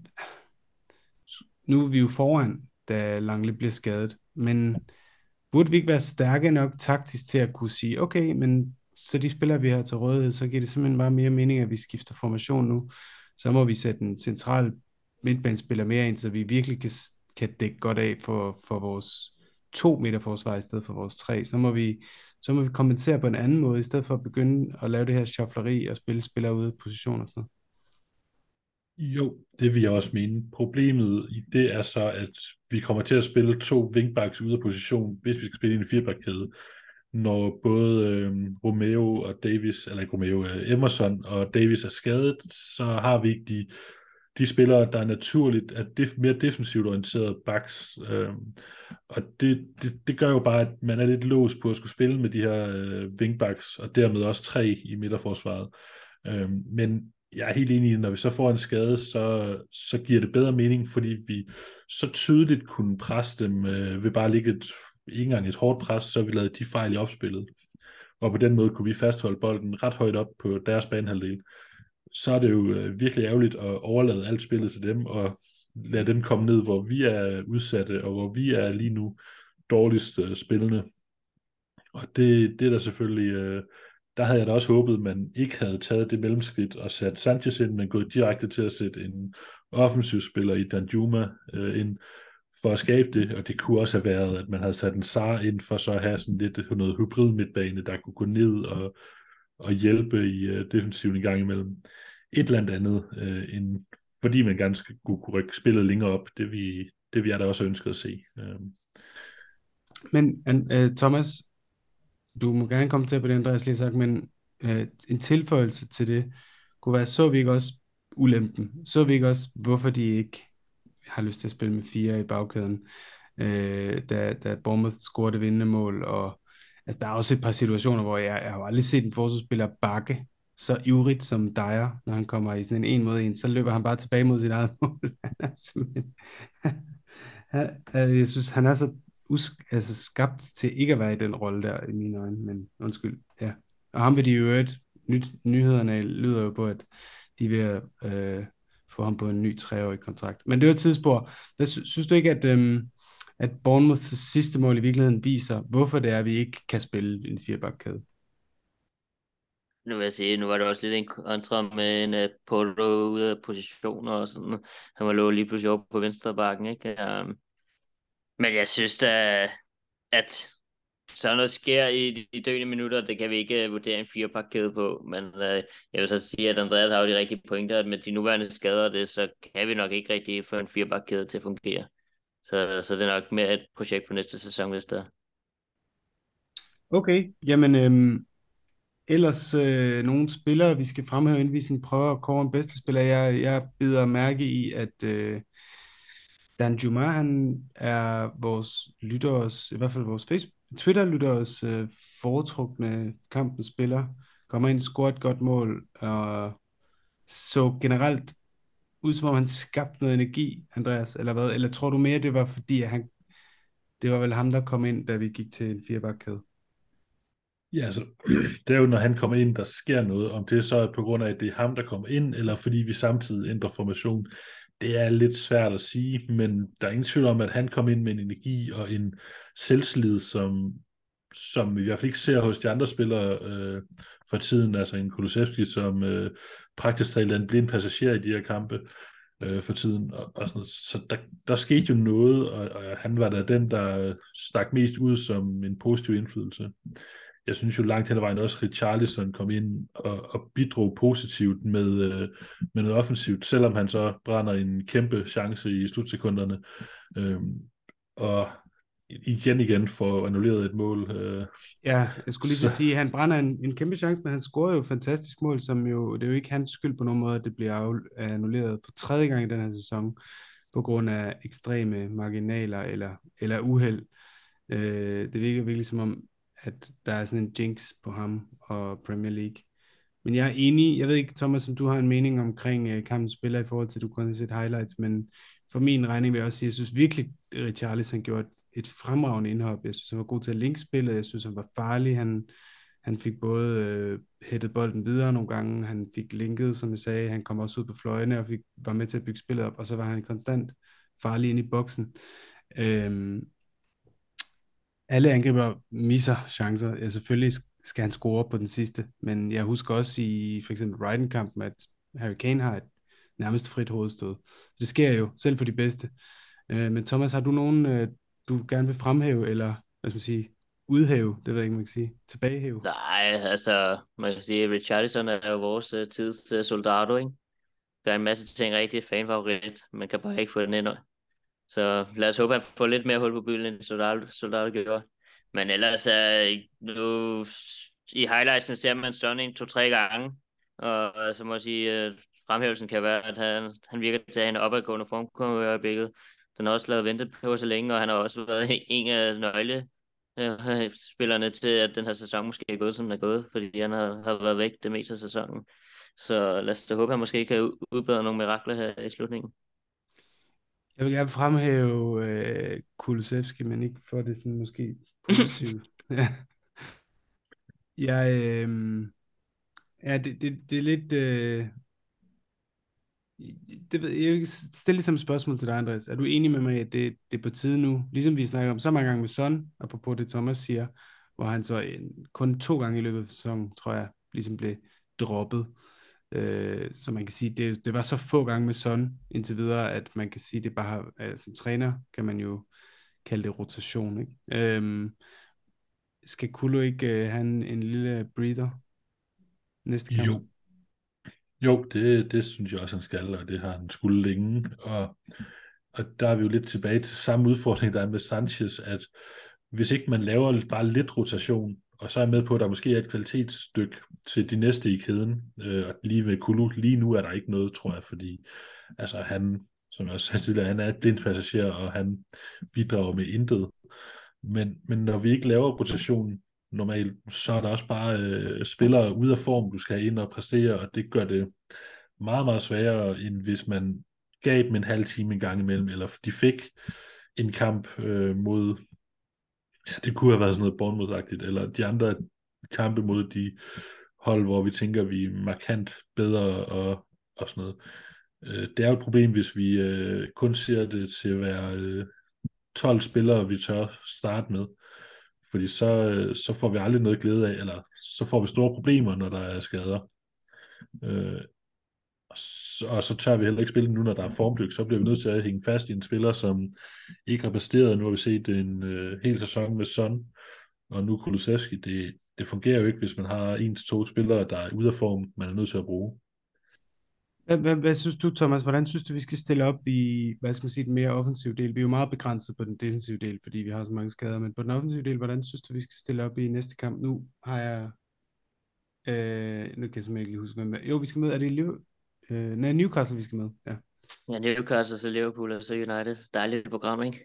nu er vi jo foran, da Langley bliver skadet, men burde vi ikke være stærke nok taktisk til at kunne sige, okay, men så de spillere, vi har til rådighed, så giver det simpelthen bare mere mening, at vi skifter formation nu. Så må vi sætte en central midtbanespiller mere ind, så vi virkelig kan dække godt af for vores 2 midterforsvar i stedet for vores 3. Så må vi kompensere på en anden måde, i stedet for at begynde at lave det her shuffleri og spille spillere ude af position og sådan noget. Jo, det vil jeg også mene. Problemet i det er så, at vi kommer til at spille 2 wingbacks ude af position, hvis vi skal spille i en 4-back-kæde, når både Romeo og Davis, eller ikke Romeo, Emerson og Davis er skadet, så har vi ikke de spillere, der er naturligt mere defensivt orienterede backs. Og det gør jo bare, at man er lidt låst på at skulle spille med de her wingbacks, og dermed også 3 i midterforsvaret. Men jeg er helt enig i, når vi så får en skade, så giver det bedre mening, fordi vi så tydeligt kunne presse dem ved bare at ligge ikke engang et hårdt pres, så vi lavede de fejl i opspillet. Og på den måde kunne vi fastholde bolden ret højt op på deres banehalvdel. Så er det jo virkelig ærgerligt at overlade alt spillet til dem, og lade dem komme ned, hvor vi er udsatte, og hvor vi er lige nu dårligst spillende. Og det er der selvfølgelig... Der havde jeg da også håbet, at man ikke havde taget det mellemskridt og sat Sanchez ind, men gået direkte til at sætte en offensiv spiller i Danjuma ind, for at skabe det, og det kunne også have været, at man havde sat en Sar ind for så at have sådan lidt noget hybrid midtbane, der kunne gå ned og hjælpe i defensiven en gang imellem. Et eller andet, fordi man gerne kunne rykke spillet længere op, det vi er der også ønsket at se. Men Thomas, du må gerne komme til på det, Andreas lige har sagt, men en tilføjelse til det kunne være, så vi ikke også ulempen? Så vi ikke også, hvorfor de ikke har lyst til at spille med 4 i bagkæden, da Bournemouth scorede det vindende mål, og altså, der er også et par situationer, hvor jeg har aldrig set en forsvarsspiller bakke så ivrigt som Dyer, når han kommer i sådan en 1-mod-1, så løber han bare tilbage mod sit eget mål. Han er simpelthen... jeg synes, han er så altså skabt til ikke at være i den rolle der, i mine øjne, men undskyld, ja. Og ham vil de jo øvrigt, nyhederne lyder jo på, at de er ved at få ham på en ny 3-årig kontrakt. Men det var et tidsspor. Synes du ikke, at Bournemouths sidste mål i virkeligheden viser, hvorfor det er, at vi ikke kan spille en 4-bakkæde? Nu vil jeg sige, nu var det også lidt en kontra med en Porto ude af position og sådan. Han var lå lige pludselig over på venstre bakken, ikke? Men jeg synes da, at sådan noget sker i de døende minutter, det kan vi ikke vurdere en 4-pakkæde på. Men jeg vil så sige, at Andreas har jo de rigtige pointer, at med de nuværende skader, det, så kan vi nok ikke rigtig få en 4-pakkæde til at fungere. Så det er nok mere et projekt på næste sæson, hvis der. Okay, jamen ellers nogle spillere, vi skal fremhæve, inden vi sådan prøver at kåre en bedste spiller. Jeg bider mærke i, at Dan Juma, han er vores lytteres, i hvert fald vores Twitter-lytteres foretrukne kampens spiller. Kommer ind, scorer et godt mål, og så generelt ud, som om han skabte noget energi, Andreas, eller hvad? Eller tror du mere, det var fordi, at det var vel ham, der kom ind, da vi gik til en 4-bakkæde? Ja, altså, det er jo, når han kommer ind, der sker noget. Om det så er på grund af, at det er ham, der kommer ind, eller fordi vi samtidig ændrer formation, det er lidt svært at sige, men der er ingen tvivl om, at han kom ind med en energi og en selvslid, som vi i hvert fald ikke ser hos de andre spillere for tiden, altså en Kulusevski, som praktisk talt er en blind passager i de her kampe for tiden. Og sådan, så der skete jo noget, og han var da den, der stak mest ud som en positiv indflydelse. Jeg synes jo langt hen ad vejen også, Richarlison kom ind og bidrog positivt med noget offensivt, selvom han så brænder en kæmpe chance i slutsekunderne. Og igen får annulleret et mål. Ja, jeg skulle lige til at sige, at han brænder en kæmpe chance, men han scorede jo et fantastisk mål, som jo, det er jo ikke hans skyld på nogen måde, at det bliver annulleret for 3. gang i den her sæson, på grund af ekstreme marginaler eller uheld. Det virker virkelig som om, at der er sådan en jinx på ham og Premier League. Men jeg er enig, jeg ved ikke, Thomas, om du har en mening omkring kampens spiller i forhold til, at du kun har set highlights, men for min regning vil jeg også sige, at jeg synes virkelig, at Richarlison gjorde et fremragende indhop. Jeg synes, han var god til at linke spillet, jeg synes, han var farlig, han fik både hættet bolden videre nogle gange, han fik linket, som jeg sagde, han kom også ud på fløjene og var med til at bygge spillet op, og så var han konstant farlig ind i boksen. Alle angriber misser chancer. Ja, selvfølgelig skal han score på den sidste, men jeg husker også i for eksempel Brighton-kampen, at Harry Kane har et nærmest frit hovedstød. Det sker jo, selv for de bedste. Men Thomas, har du nogen, du gerne vil fremhæve, eller hvad skal man sige, udhæve, det ved jeg ikke, man kan sige, tilbagehæve? Nej, altså, man kan sige, at Richarlison er jo vores tids Soldado, ikke? Gør en masse ting rigtig, fanfavorit, man kan bare ikke få den ind. Så lad os håbe, at han får lidt mere hul på bylden, end Soldado gjorde. Men ellers, nu i highlightsen ser man sådan 2-3 gange, og så må jeg sige, fremhævelsen kan være, at han virker til at have en opadgående formkurve i øjeblikket. Den har også lavet vente på så længe, og han har også været en af nøgle spillerne til, at den her sæson måske er gået, som den er gået, fordi han har været væk det meste af sæsonen. Så lad os da håbe, at han måske kan udbedre nogle mirakler her i slutningen. Jeg vil gerne fremhæve Kulusevski, men ikke for det sådan måske positivt. Ja. Ja, det er lidt... det ved jeg vil stille det som et spørgsmål til dig, Andreas. Er du enig med mig i, at det er på tide nu, ligesom vi snakker om så mange gange med Son, apropos det Thomas siger, hvor han så kun 2 gange i løbet af sæsonen, tror jeg, ligesom blev droppet. Så man kan sige, det var så få gange med Son indtil videre, at man kan sige, det bare har, som træner kan man jo kalde det rotation, ikke? Skal Kulu ikke have en lille breather næste kamp? Jo, jo, det synes jeg også, han skal, og det har han skulle længe. Og der er vi jo lidt tilbage til samme udfordring, der er med Sanchez, at hvis ikke man laver bare lidt rotation, og så er jeg med på, at der måske er et kvalitetsstykke til de næste i kæden, og lige med Kulu, lige nu er der ikke noget, tror jeg, fordi altså han, som jeg også sagde tidligere, han er et blindt passager, og han bidrager med intet. Men når vi ikke laver rotation normalt, så er der også bare spillere ude af form, du skal have ind og præstere, og det gør det meget, meget sværere, end hvis man gav dem en halv time en gang imellem, eller de fik en kamp mod, ja, det kunne have været sådan noget Bournemouth-agtigt, eller de andre kampe mod de hold, hvor vi tænker, vi er markant bedre og sådan noget. Det er jo et problem, hvis vi kun ser det til at være 12 spillere, vi tør starte med. Fordi så får vi aldrig noget glæde af, eller så får vi store problemer, når der er skader. Og så tør vi heller ikke spille nu, når der er formdyk. Så bliver vi nødt til at hænge fast i en spiller, som ikke har præsteret. Nu har vi set en hel sæson med Son, og nu Kulusevski. Det fungerer jo ikke, hvis man har 1-2 spillere, der er ude af form, man er nødt til at bruge. Hvad synes du, Thomas? Hvordan synes du, vi skal stille op i, hvad skal man sige, den mere offensive del? Vi er jo meget begrænset på den defensive del, fordi vi har så mange skader, men på den offensive del, hvordan synes du, vi skal stille op i næste kamp? Nu har jeg, nu kan jeg simpelthen ikke lige huske, hvem jo, vi skal med, er det Newcastle, vi skal med, ja. Ja, Newcastle, så Liverpool og så United. Dejligt program, ikke?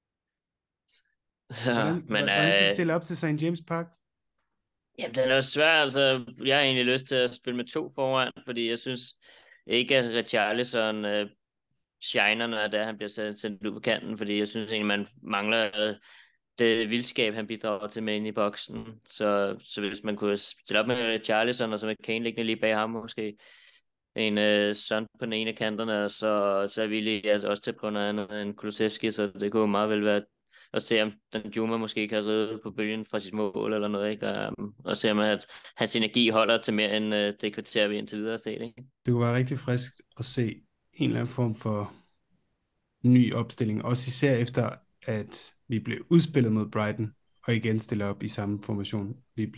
Så, Hvordan skal vi stille op til St. James Park? jamen, den er jo svær, altså. Jeg har egentlig lyst til at spille med 2 foran, fordi jeg synes ikke, at Richarlison shiner, når han bliver sendt ud på kanten, fordi jeg synes egentlig, man mangler det vildskab, han bidrager til med ind i boksen. Så hvis man kunne stille op med Richarlison, og så med Kane liggende lige bag ham måske, en Son på den ene af kanterne, så er vi altså også til at prøve noget andet end Kulusevski, så det kunne meget vel være at se, om den Juma måske kan ride på bølgen fra sit mål eller noget, ikke? Og se, om at hans energi holder til mere end det kvarter, vi indtil videre har set, ikke? Det kunne være rigtig frisk at se en eller anden form for ny opstilling, også især efter, at vi blev udspillet mod Brighton, og igen stille op i samme formation.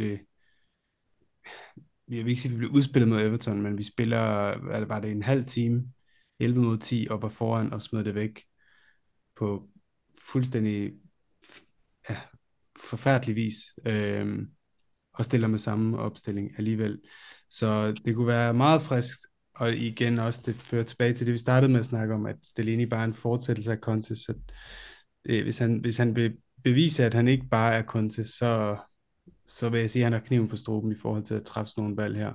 Jeg vil ikke sige, at vi blev udspillet mod Everton, men vi spiller, hvad var det, en halv time, 11 mod 10 op og foran og smed det væk på fuldstændig ja, forfærdelig vis, og stiller med samme opstilling alligevel. Så det kunne være meget frisk, og igen også, det fører tilbage til det, vi startede med at snakke om, at Stellini bare er en fortsættelse af Conte, så hvis han vil bevise, at han ikke bare er Conte, så vil jeg sige, at han har kniven på struben i forhold til at træffe sådan nogle valg her.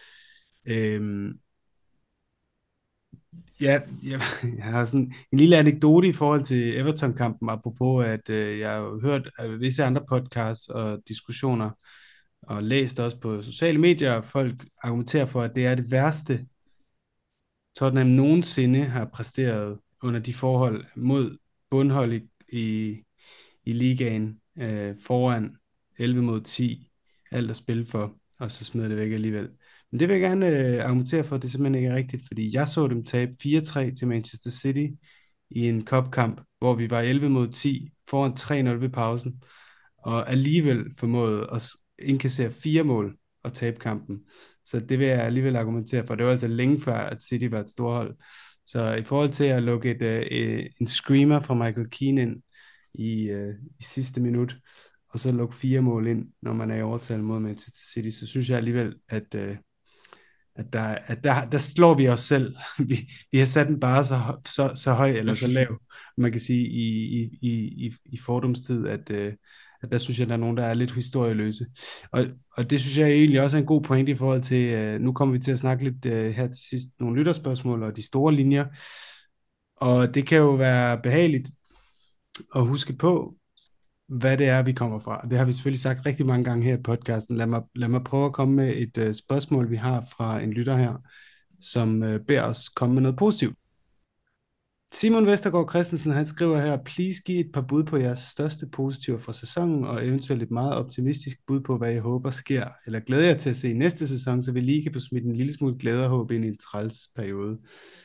Ja, jeg har sådan en lille anekdote i forhold til Everton-kampen, apropos at jeg har hørt visse andre podcasts og diskussioner, og læst også på sociale medier, folk argumenterer for, at det er det værste, Tottenham nogensinde har præsteret under de forhold mod bundhold i ligaen, foran 11 mod 10, alt at spille for, og så smider det væk alligevel. Men det vil jeg gerne argumentere for, at det simpelthen ikke er rigtigt, fordi jeg så dem tabe 4-3 til Manchester City i en cup-kamp, hvor vi var 11 mod 10, foran 3-0 ved pausen, og alligevel formåede at indkassere 4 mål og tabe kampen. Så det vil jeg alligevel argumentere for. Det var altså længe før, at City var et storhold. Så i forhold til at lukke en screamer fra Michael Keane ind i sidste minut, og så lukke 4 mål ind, når man er i overtal mod Manchester City, så synes jeg alligevel, at der slår vi os selv. Vi har sat den bare så høj eller så lav, man kan sige, i fordomstid, at der synes jeg, der er nogen, der er lidt historieløse. Og det synes jeg egentlig også er en god point i forhold til, nu kommer vi til at snakke lidt her til sidst, nogle lytterspørgsmål og de store linjer. Og det kan jo være behageligt at huske på, hvad det er, vi kommer fra. Det har vi selvfølgelig sagt rigtig mange gange her i podcasten. Lad mig prøve at komme med et spørgsmål, vi har fra en lytter her, som beder os komme med noget positivt. Simon Vestergaard Christensen, han skriver her, please giv et par bud på jeres største positiver fra sæsonen, og eventuelt et meget optimistisk bud på, hvad I håber sker, eller glæder jer til at se i næste sæson, så vi lige kan få smidt en lille smule glæde og håb ind i en træls periode.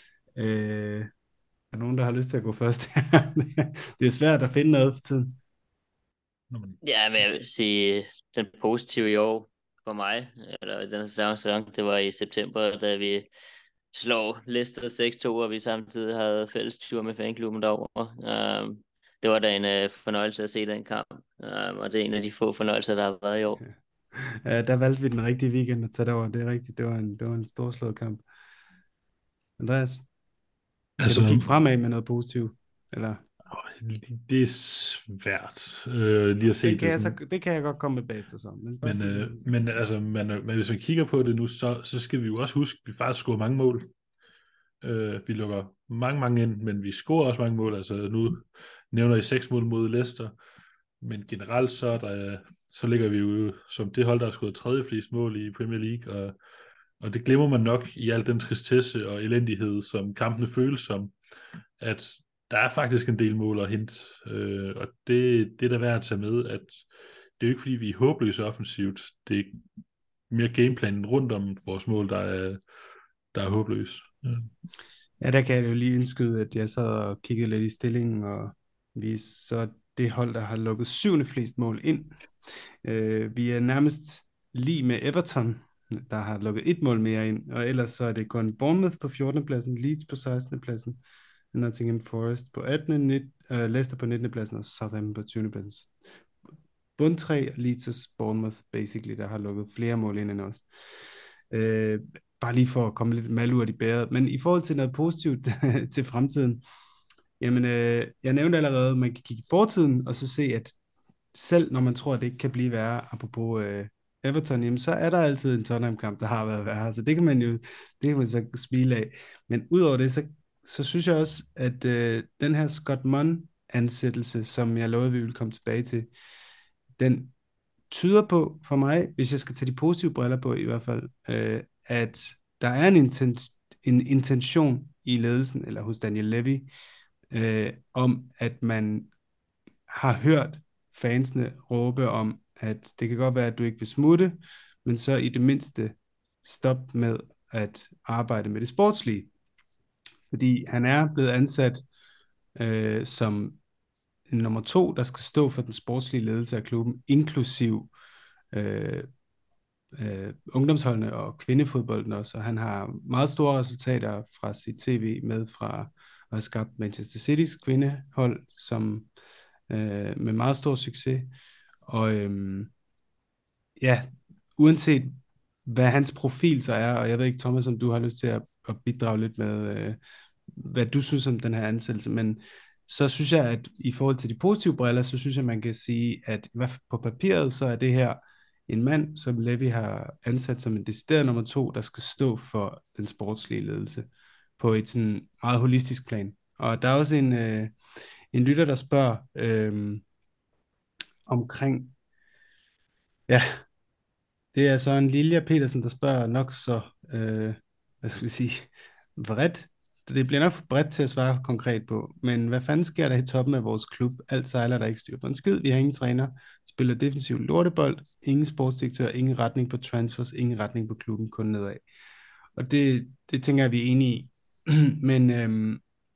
Er der nogen, der har lyst til at gå først? Det er svært at finde noget for tiden. Ja, men jeg vil sige, den positive i år for mig, eller i den sæson, det var i september, da vi slår Leicester 6-2, og vi samtidig havde fælles tur med fanklubben derovre. Det var da en fornøjelse at se den kamp, og det er en af de få fornøjelser, der har været i år. Ja, der valgte vi den rigtige weekend at tage det over. Det er rigtigt, det var en storslået kamp. Andreas, kan du kigge fremad med noget positivt? Eller? Det er svært lige at se det kan jeg godt komme med bagefter så. Men altså, hvis man kigger på det nu, så skal vi jo også huske, at vi faktisk scorer mange mål. Vi lukker mange ind, men vi scorer også mange mål. Altså nu nævner I 6 mål mod Leicester, men generelt så ligger vi jo som det hold, der har scoret tredje flest mål i Premier League, og det glemmer man nok i al den tristesse og elendighed, som kampene føles som, at der er faktisk en del mål at hente, og det er da værd at tage med, at det er jo ikke fordi, vi er håbløse offensivt, det er mere gameplanen rundt om vores mål, der er håbløs. Ja, der kan jeg jo lige indskyde, at jeg sad og kiggede lidt i stillingen, og vi så det hold, der har lukket 7. flest mål ind. Vi er nærmest lige med Everton, der har lukket 1 mål mere ind, og ellers så er det kun Bournemouth på 14. pladsen, Leeds på 16. pladsen, Nottingham Forest på 18. Leicester på 19. pladsen, og Southampton på 20. pladsen. Bund 3, Leeds, Bournemouth, basically, der har lukket flere mål ind end os. Bare lige for at komme lidt malurt i bæret. Men i forhold til noget positivt til fremtiden, jamen, jeg nævnte allerede, at man kan kigge i fortiden, og så se, at selv når man tror, at det ikke kan blive værre, apropos Everton, jamen, så er der altid en Tottenham-kamp, der har været værre, så det kan man så smile af. Men udover det, så synes jeg også, at den her Scott Munn-ansættelse, som jeg lovede, vi ville komme tilbage til, den tyder på for mig, hvis jeg skal tage de positive briller på i hvert fald, at der er en intention i ledelsen, eller hos Daniel Levy, om at man har hørt fansene råbe om, at det kan godt være, at du ikke vil smutte, men så i det mindste stop med at arbejde med det sportslige. Fordi han er blevet ansat som nummer 2, der skal stå for den sportslige ledelse af klubben, inklusiv ungdomsholdene og kvindefodbolden også, og han har meget store resultater fra sit CV med fra at have skabt Manchester City's kvindehold, som med meget stor succes, og ja, uanset hvad hans profil så er, og jeg ved ikke, Thomas, om du har lyst til at bidrage lidt med, hvad du synes om den her ansættelse, men så synes jeg, at i forhold til de positive briller, så synes jeg, man kan sige, at i hvert fald på papiret, så er det her en mand, som Levy har ansat som en decideret nummer 2, der skal stå for den sportslige ledelse på et sådan meget holistisk plan. Og der er også en lytter, der spørger omkring, ja, det er så en Lilja Petersen, der spørger nok så, hvad skal vi sige, vredt. Det bliver nok for bredt til at svare konkret på, men hvad fanden sker der i toppen af vores klub? Alt sejler, der ikke styr på en skid. Vi har ingen træner, spiller defensiv lortebold, ingen sportsdirektør, ingen retning på transfers, ingen retning på klubben, kun nedad. Og det tænker jeg, vi er enige i. Men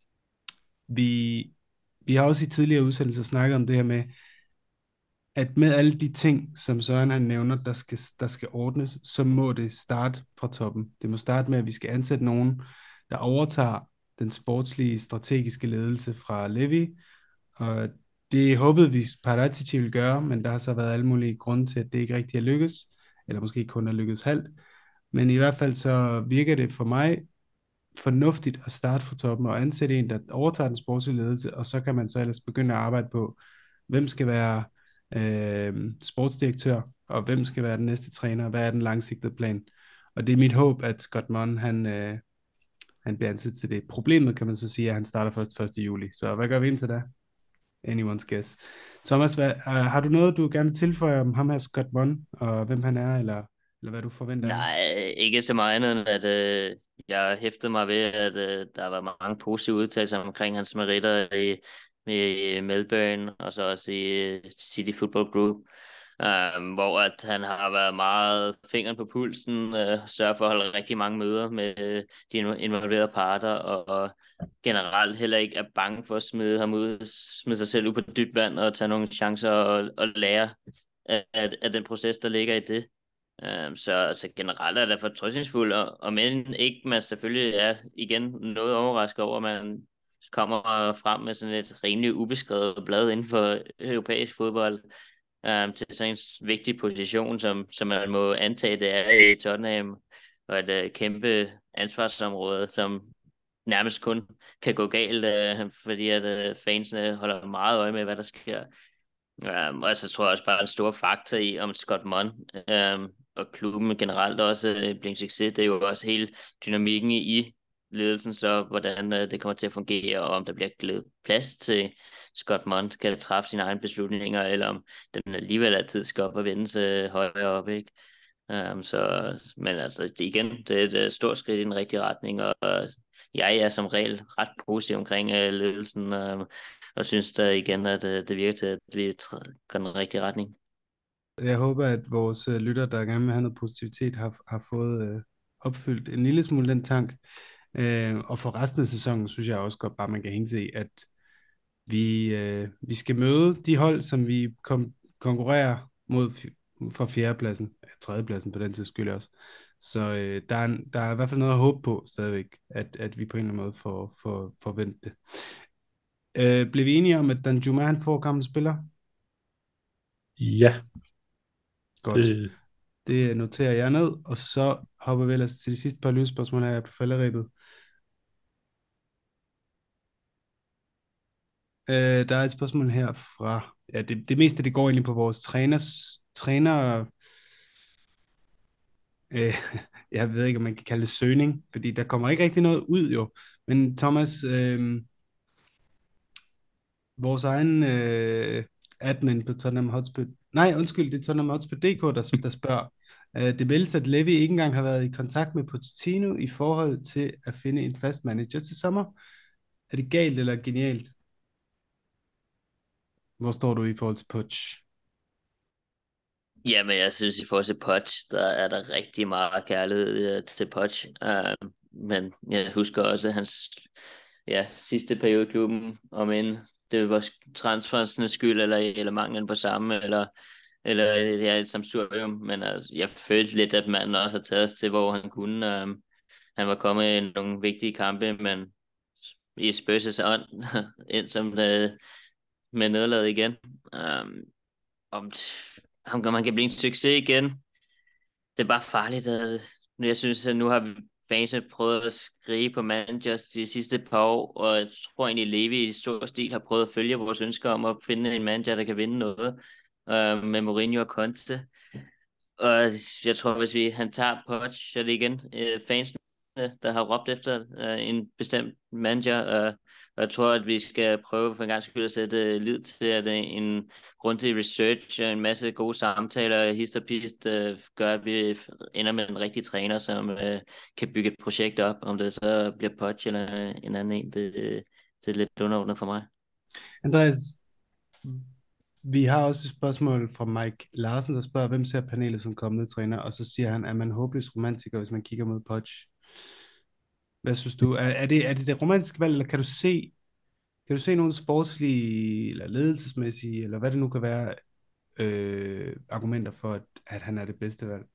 vi har også i tidligere udsendelser snakket om det her med, at med alle de ting, som Søren han nævner, der skal ordnes, så må det starte fra toppen. Det må starte med, at vi skal ansætte nogen, der overtager den sportslige, strategiske ledelse fra Levy, og det håbede vi Paratici ville gøre, men der har så været alle mulige grunde til, at det ikke rigtig er lykkes, eller måske kun er lykkes halvt. Men i hvert fald så virker det for mig fornuftigt at starte fra toppen og ansætte en, der overtager den sportslige ledelse, og så kan man så ellers begynde at arbejde på, hvem skal være sportsdirektør, og hvem skal være den næste træner, hvad er den langsigtede plan. Og det er mit håb, at Scott Munn, han bliver ansat til det. Problemet kan man så sige, at han starter først 1. juli. Så hvad gør vi indtil da? Anyone's guess. Thomas, har du noget, du gerne vil tilføje om ham her, Scott Munn, og hvem han er, eller Eller hvad du forventer af ham? Nej, ikke så meget andet end, at jeg hæftede mig ved, at der var mange positive udtalelser omkring hans meritter i Melbourne, og så også i City Football Group, hvor at han har været meget fingeren på pulsen, sørger for at holde rigtig mange møder med de involverede parter, og generelt heller ikke er bange for at smide sig selv ud på dybt vand og tage nogle chancer og lære af den proces, der ligger i det. Så generelt er det fortrøstningsfuldt, og men ikke man selvfølgelig er igen noget overrasket over, at man kommer frem med sådan et rimelig ubeskrevet blad inden for europæisk fodbold til sådan en vigtig position, som man må antage, det er i Tottenham, og et kæmpe ansvarsområde, som nærmest kun kan gå galt, fordi at fansene holder meget øje med, hvad der sker. Og så tror jeg også bare en stor faktor i, om Scott Munn og klubben generelt også bliver en succes. Det er jo også hele dynamikken i ledelsen, så hvordan det kommer til at fungere, og om der bliver givet plads til Scott Munn kan træffe sine egne beslutninger, eller om den alligevel altid skal op og vendes højere op, ikke? Men altså igen, det er et stort skridt i den rigtige retning, og jeg er som regel ret positiv omkring ledelsen, og synes da igen, at det virker til, at vi går den rigtige retning. Jeg håber, at vores lytter, der gerne vil have noget positivitet, har fået opfyldt en lille smule den tank. Og for resten af sæsonen, synes jeg også godt bare, man kan hænge sig i, at vi skal møde de hold, som vi konkurrerer mod for fjerdepladsen, tredjepladsen på den til skyld også. Så der er i hvert fald noget at håbe på stadigvæk, at vi på en eller anden måde får vendt det. Blev vi enige om, at Danjuma han får kampens spiller? Ja. Godt. Det noterer jeg ned, og så hopper vi ellers til de sidste par lydspørgsmål her på falderæbet. Der er et spørgsmål her fra, ja, det meste det går egentlig på vores træner, jeg ved ikke, om man kan kalde det søgning, fordi der kommer ikke rigtig noget ud jo, men Thomas, vores egen admin på Tottenham Hotspur, nej undskyld, det er Tottenham Hotspur.dk, der spørger, det meldes, at Levy ikke engang har været i kontakt med Pochettino i forhold til at finde en fast manager til sommer. Er det galt eller genialt? Hvor står du i forhold til Poch? Jamen, jeg synes i forhold til Poch, der er der rigtig meget kærlighed til Poch. Men jeg husker også hans sidste periode i klubben, om end det var transferens skyld, eller manglen på samme, eller det er et samsurium. Men altså, jeg følte lidt, at manden også har taget os til, hvor han kunne. Han var kommet i nogle vigtige kampe, men i Spurs' ånd, ind som med nederlaget igen. Om man kan blive en succes igen, det er bare farligt. Jeg synes, at nu har fansene prøvet at skrige på managers de sidste par år, og jeg tror egentlig, at Levy i stor stil har prøvet at følge vores ønsker om at finde en manager, der kan vinde noget med Mourinho og Conte. Og jeg tror, hvis han tager Poch, så er det igen fansene, der har råbt efter en bestemt manager, og jeg tror, at vi skal prøve for en gang skyld at sætte lid til, at en grundig research og en masse gode samtaler, hist og pist, gør, at vi ender med en rigtig træner, som kan bygge et projekt op, om det så bliver Poch eller en anden en. Det er lidt underordnet for mig. Andreas, vi har også et spørgsmål fra Mike Larsen, der spørger, hvem ser panelet som kommende træner, og så siger han, er man håbløs romantiker, hvis man kigger mod Poch? Hvad synes du? Er det romantiske valg, eller kan du se nogle sportslige, eller ledelsesmæssige, eller hvad det nu kan være, argumenter for, at han er det bedste valg?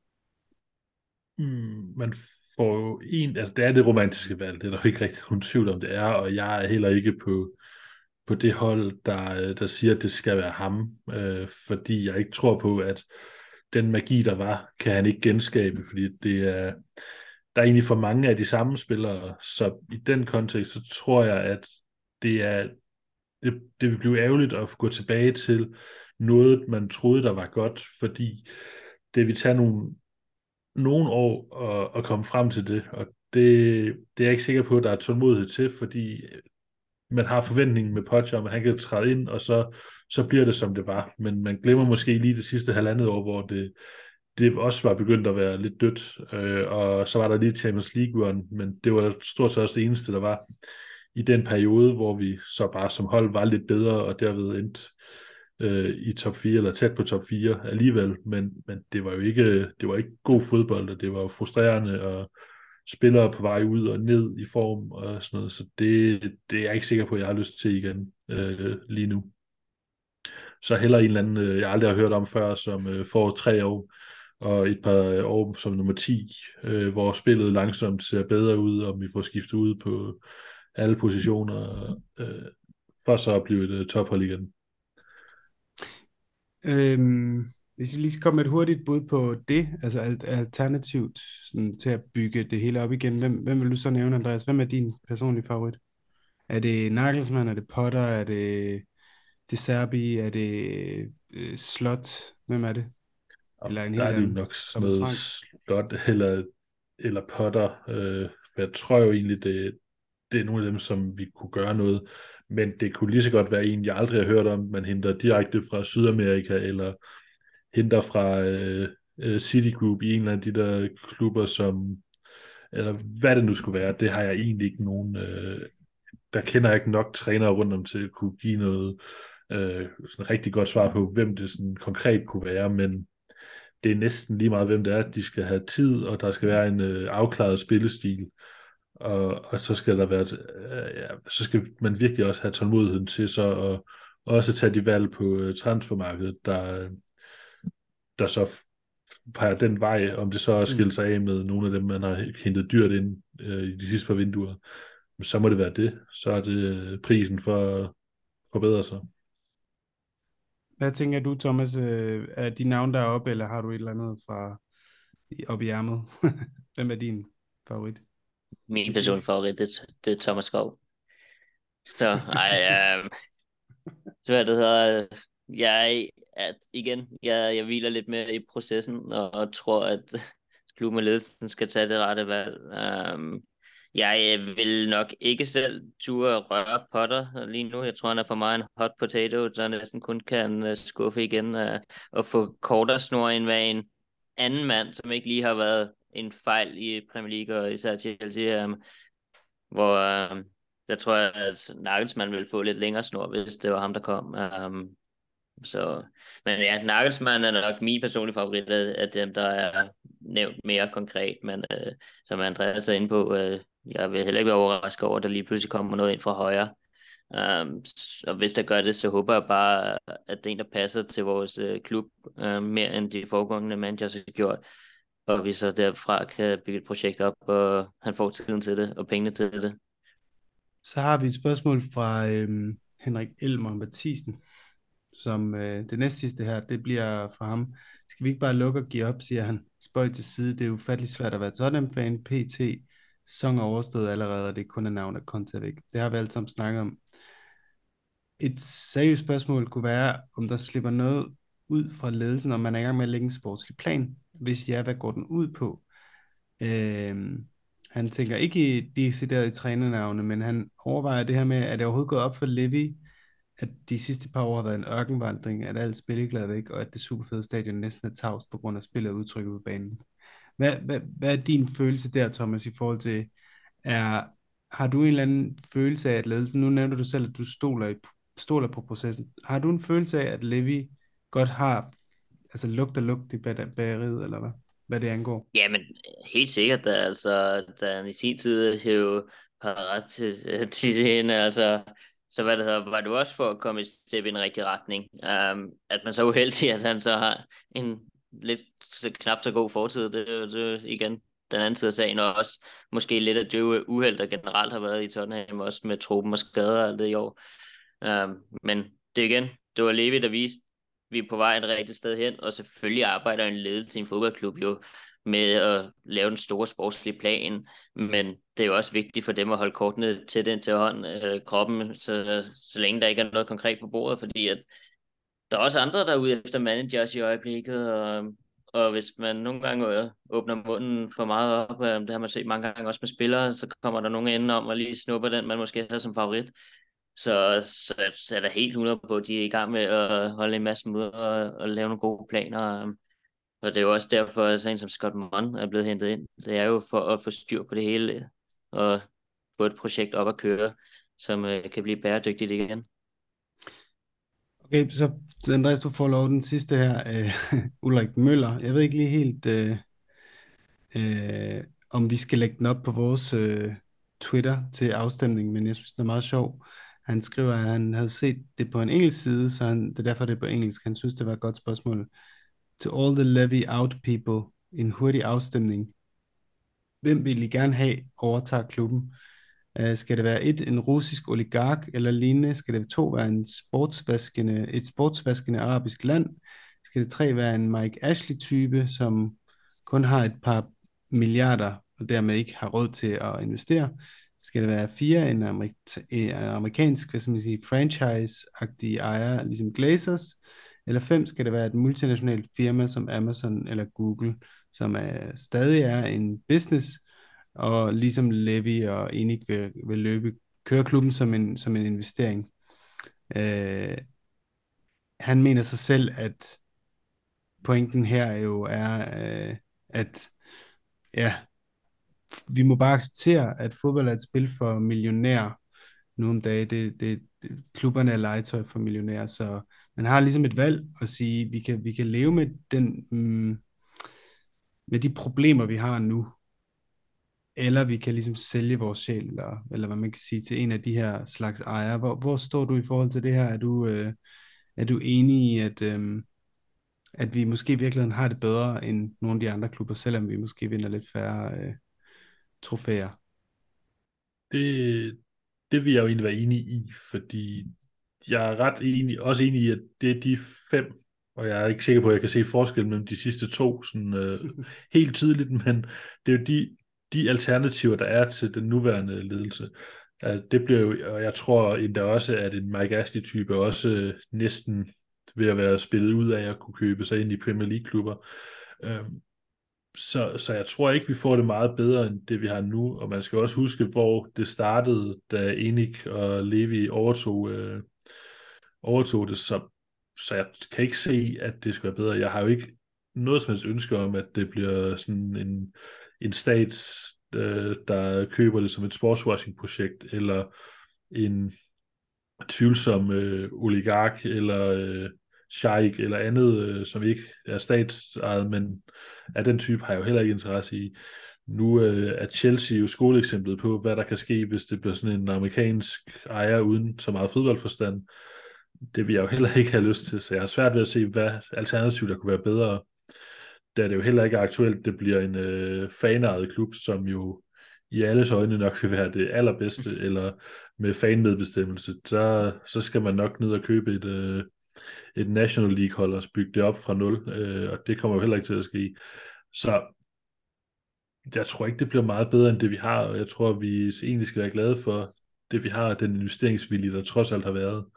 Man får jo altså det er det romantiske valg, det er der ikke rigtig nogen tvivl om, det er, og jeg er heller ikke på det hold, der siger, at det skal være ham, fordi jeg ikke tror på, at den magi, der var, kan han ikke genskabe, fordi der er egentlig for mange af de samme spillere, så i den kontekst, så tror jeg, at det vil blive ærgerligt at gå tilbage til noget, man troede, der var godt, fordi det vil tage nogle år at komme frem til det, og det er jeg ikke sikker på, at der er tålmodighed til, fordi man har forventningen med Poch om, at han kan træde ind, og så bliver det, som det var. Men man glemmer måske lige det sidste halvandet år, hvor det også var begyndt at være lidt dødt, og så var der lige Champions League Run, men det var stort set også det eneste, der var i den periode, hvor vi så bare som hold var lidt bedre, og derved endte i top 4, eller tæt på top 4 alligevel, men det var ikke god fodbold, og det var frustrerende, og spillere på vej ud og ned i form og sådan noget, så det er jeg ikke sikker på, at jeg har lyst til igen lige nu. Så heller en eller anden, jeg aldrig har hørt om før, som får 3 år, og et par år som nummer 10, hvor spillet langsomt ser bedre ud, og vi får skiftet ud på alle positioner, for så at blive et tophold igen. Hvis jeg lige skal komme med et hurtigt bud på det, altså alternativt sådan, til at bygge det hele op igen, hvem vil du så nævne, Andreas? Hvem er din personlige favorit? Er det Nagelsmann, er det Potter, er det De Serbi, er det Slot? Hvem er det? Eller en Der helt er det jo anden? nok sådan Thomas noget Frank? Slot eller Potter. For jeg tror jo egentlig, det er nogle af dem, som vi kunne gøre noget. Men det kunne lige så godt være en, jeg aldrig har hørt om. Man henter direkte fra Sydamerika, eller henter fra Citigroup i en eller anden af de der klubber, som, eller hvad det nu skulle være. Det har jeg egentlig ikke nogen, der kender jeg ikke nok trænere rundt om til at kunne give noget sådan rigtig godt svar på, hvem det sådan konkret kunne være, men det er næsten lige meget, hvem det er. De skal have tid, og der skal være en afklaret spillestil, og så skal der være, så skal man virkelig også have tålmodigheden til så at også tage de valg på transfermarkedet, der så peger den vej, om det så er skille sig af med nogle af dem, man har hentet dyrt ind i de sidste par vinduer. Så må det være det. Så er det prisen for at forbedre sig. Hvad tænker du, Thomas? Er de navn der oppe, eller har du et eller andet fra op i ærmet? Hvem er din favorit? Min personlige favorit, det er Thomas Skov. Så, så hvad det hedder, jeg hviler lidt mere i processen, og tror, at klubben og ledelsen skal tage det rette valg. Jeg vil nok ikke selv turde røre Potter lige nu. Jeg tror, han er for mig en hot potato, der næsten kun kan skuffe igen og få kortere snor end hvad en anden mand, som ikke lige har været en fejl i Premier League og især Chelsea, hvor der tror jeg, at Nagelsmann ville få lidt længere snor, hvis det var ham, der kom. Men ja, Nagelsmann er nok min personlige favorit af dem, der er nævnt mere konkret, men som Andreas er inde på, jeg vil heller ikke være overrasket over, at der lige pludselig kommer noget ind fra højre. Og hvis der gør det, så håber jeg bare, at det er en, der passer til vores klub mere end de foregående managers har gjort, og vi så derfra kan bygge et projekt op, og han får tiden til det, og pengene til det. Så har vi et spørgsmål fra Henrik Elmer Mathisen, som det næste sidste her, det bliver fra ham. Skal vi ikke bare lukke og give op, siger han. Spøj til side, det er ufattelig svært at være Tottenham-fan. PT, sæson er overstået allerede, og det er kun et navn af Conte væk. Det har vi alle sammen snakket om. Et seriøst spørgsmål kunne være, om der slipper noget ud fra ledelsen, om man er i gang med at lægge en sportslig plan. Hvis ja, hvad går den ud på? Han tænker ikke i decideret i trænernavne, men han overvejer det her med, at det overhovedet gået op for Levy, at de sidste par år har været en ørkenvandring, at alt spilleglæde væk, og at det superfede stadion næsten er tavst på grund af spillet og udtrykket på banen. Hvad er din følelse der, Thomas, i forhold til, har du en eller anden følelse af, at ledelsen, nu nævner du selv, at du stoler på processen, har du en følelse af, at Levy godt har, altså lugt i bageriet, eller hvad det angår? Jamen, helt sikkert, da han i sin tid hævde parat til hende, så hvad det hedder, var det også for at komme et step i en rigtig retning. At man så er uheldig, at han så har en lidt knap så god fortid, det igen den anden side af sagen, og også måske lidt af det uheld, der generelt har været i Tottenham, også med truppen og skader og alt det i år. Men det igen, det var Levi, der viste, vi er på vej et rigtigt sted hen, og selvfølgelig arbejder en ledelse i en fodboldklub jo med at lave den store sportslige plan, men det er jo også vigtigt for dem at holde kortene tæt ind til kroppen, så længe der ikke er noget konkret på bordet, fordi at der er også andre, der er ude efter managers i øjeblikket, og hvis man nogle gange åbner munden for meget op, det har man set mange gange også med spillere, så kommer der nogen ind om at lige snuppe den, man måske havde som favorit. Så er der helt 100 på, at de er i gang med at holde en masse møder og lave nogle gode planer. Og det er jo også derfor, at sådan en som Scott Munn er blevet hentet ind. Det er jo for at få styr på det hele, og få et projekt op at køre, som kan blive bæredygtigt igen. Okay, så Andreas, du får lov den sidste her. Ulrik Møller. Jeg ved ikke lige helt, om vi skal lægge den op på vores Twitter til afstemning, men jeg synes, den er meget sjov. Han skriver, at han havde set det på en engelsk side, så det er derfor, det er på engelsk. Han synes, det var et godt spørgsmål. To all the levy out people, en hurtig afstemning. Hvem vil I gerne have overtager klubben? Skal det være en russisk oligark eller lignende? Skal det 2 være et sportsvaskende arabisk land? Skal det 3 være en Mike Ashley-type, som kun har et par milliarder, og dermed ikke har råd til at investere? Skal det være 4 en amerikansk, hvad skal man sige, franchise-agtig ejer, ligesom Glazers? Eller 5 skal det være et multinationalt firma som Amazon eller Google, som stadig er en business, og ligesom Levy og Enig vil køre klubben som en investering. Øh, Han mener sig selv, at pointen her jo er, at ja, vi må bare acceptere, at fodbold er et spil for millionærer nu om dagen. Klubberne er legetøj for millionærer, så man har ligesom et valg at sige, vi kan leve med med de problemer, vi har nu, eller vi kan ligesom sælge vores sjæl, eller hvad man kan sige, til en af de her slags ejere. Hvor står du i forhold til det her? Er du enig i, at vi måske i virkeligheden har det bedre end nogle af de andre klubber, selvom vi måske vinder lidt færre trofæer? Det, det vil jeg jo egentlig være enig i, fordi jeg er ret enig, også enig i, at det er de 5, og jeg er ikke sikker på, at jeg kan se forskel mellem de sidste 2 sådan, helt tydeligt, men det er jo de alternativer, der er til den nuværende ledelse. Det bliver jo, og jeg tror endda også, at en Mike Ashley-type også næsten ved at være spillet ud af at kunne købe sig ind i Premier League-klubber. Så jeg tror ikke, vi får det meget bedre end det, vi har nu. Og man skal også huske, hvor det startede, da Enik og Levi overtog det. Så jeg kan ikke se, at det skal være bedre. Jeg har jo ikke noget som helst ønske om, at det bliver sådan en stat, der køber det som et sportswashing-projekt, eller en tvivlsom oligark, eller sheik, eller andet, som ikke er statsejet, men af den type har jeg jo heller ikke interesse i. Nu er Chelsea jo skoleeksemplet på, hvad der kan ske, hvis det bliver sådan en amerikansk ejer uden så meget fodboldforstand. Det vil jeg jo heller ikke have lyst til, så jeg har svært ved at se, hvad alternativ der kunne være bedre. Da det jo heller ikke er aktuelt, det bliver en fanejet klub, som jo i alles øjne nok vil være det allerbedste, eller med fanmedbestemmelse, så skal man nok ned og købe et National League-hold og bygge det op fra 0, og det kommer jo heller ikke til at ske. Så jeg tror ikke, det bliver meget bedre end det, vi har, og jeg tror, vi egentlig skal være glade for det, vi har, den investeringsvilje, der trods alt har været.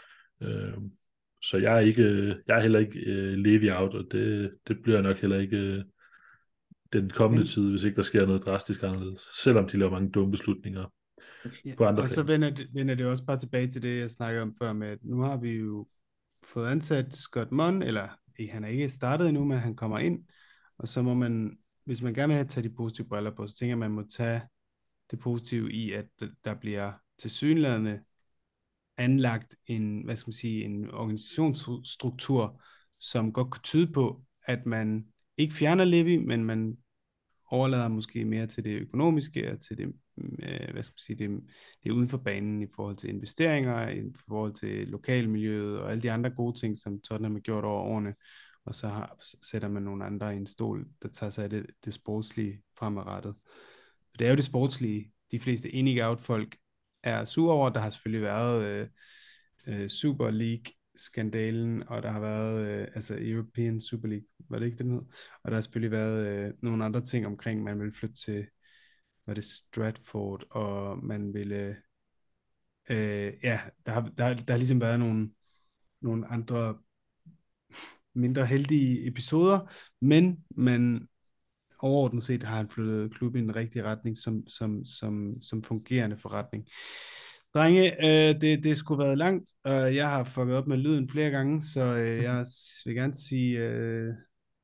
Så jeg er heller ikke Levi out, og det bliver nok heller ikke den kommende tid, hvis ikke der sker noget drastisk anderledes, selvom de laver mange dumme beslutninger på andre Og så planer. vender det også bare tilbage til det, jeg snakkede om før, med at nu har vi jo fået ansat Scott Munn, eller han er ikke startet endnu, men han kommer ind, og så må man, hvis man gerne vil have tage de positive briller på, så tænker jeg, man må tage det positive i, at der bliver tilsyneladende anlagt en, hvad skal man sige, en organisationsstruktur, som godt kan tyde på, at man ikke fjerner Levy, men man overlader måske mere til det økonomiske og til det, hvad skal man sige, det er uden for banen i forhold til investeringer, i forhold til lokalmiljøet og alle de andre gode ting, som Tottenham har gjort over årene, og så sætter man nogle andre i en stol, der tager sig af det sportslige fremadrettet. For det er jo det sportslige, de fleste enige out-folk er sure over. Der har selvfølgelig været Super League-skandalen, og der har været altså European Super League, var det ikke den hed? Og der har selvfølgelig været nogle andre ting omkring, man ville flytte til, var det Stratford, og man ville, ja, der har ligesom været nogle andre mindre heldige episoder, men man overordnet set har han flyttet klubben i den rigtige retning som fungerende forretning. Drenge, det skulle været langt, og jeg har fucket op med lyden flere gange, så jeg vil gerne sige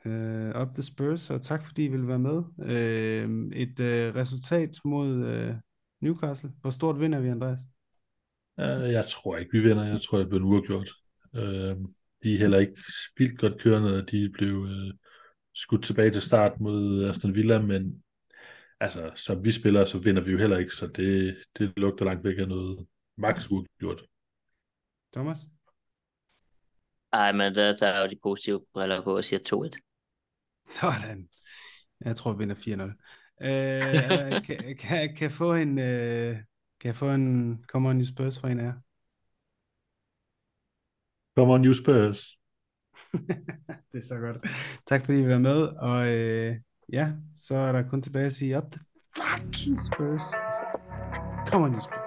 Up the Spurs, og tak fordi I ville være med. Et resultat mod Newcastle. Hvor stort vinder vi, Andreas? Jeg tror ikke, vi vinder. Jeg tror, det bliver uafgjort. De er heller ikke spildt godt kørende, og de blev skudt tilbage til start mod Aston Villa, men altså, som vi spiller, så vinder vi jo heller ikke, så det lugter langt væk af noget max uafgjort. Thomas? Ej, men der tager jeg jo de positive briller på og siger 2-1. Sådan. Jeg tror, vi vinder 4-0. Kan jeg få en... kan jeg få en Come on, you Spurs fra en af jer? Come on, you Spurs. Det er så godt. Tak fordi I var med, og ja, så er der kun tilbage at sige up the fucking Spurs. Come on, you Spurs.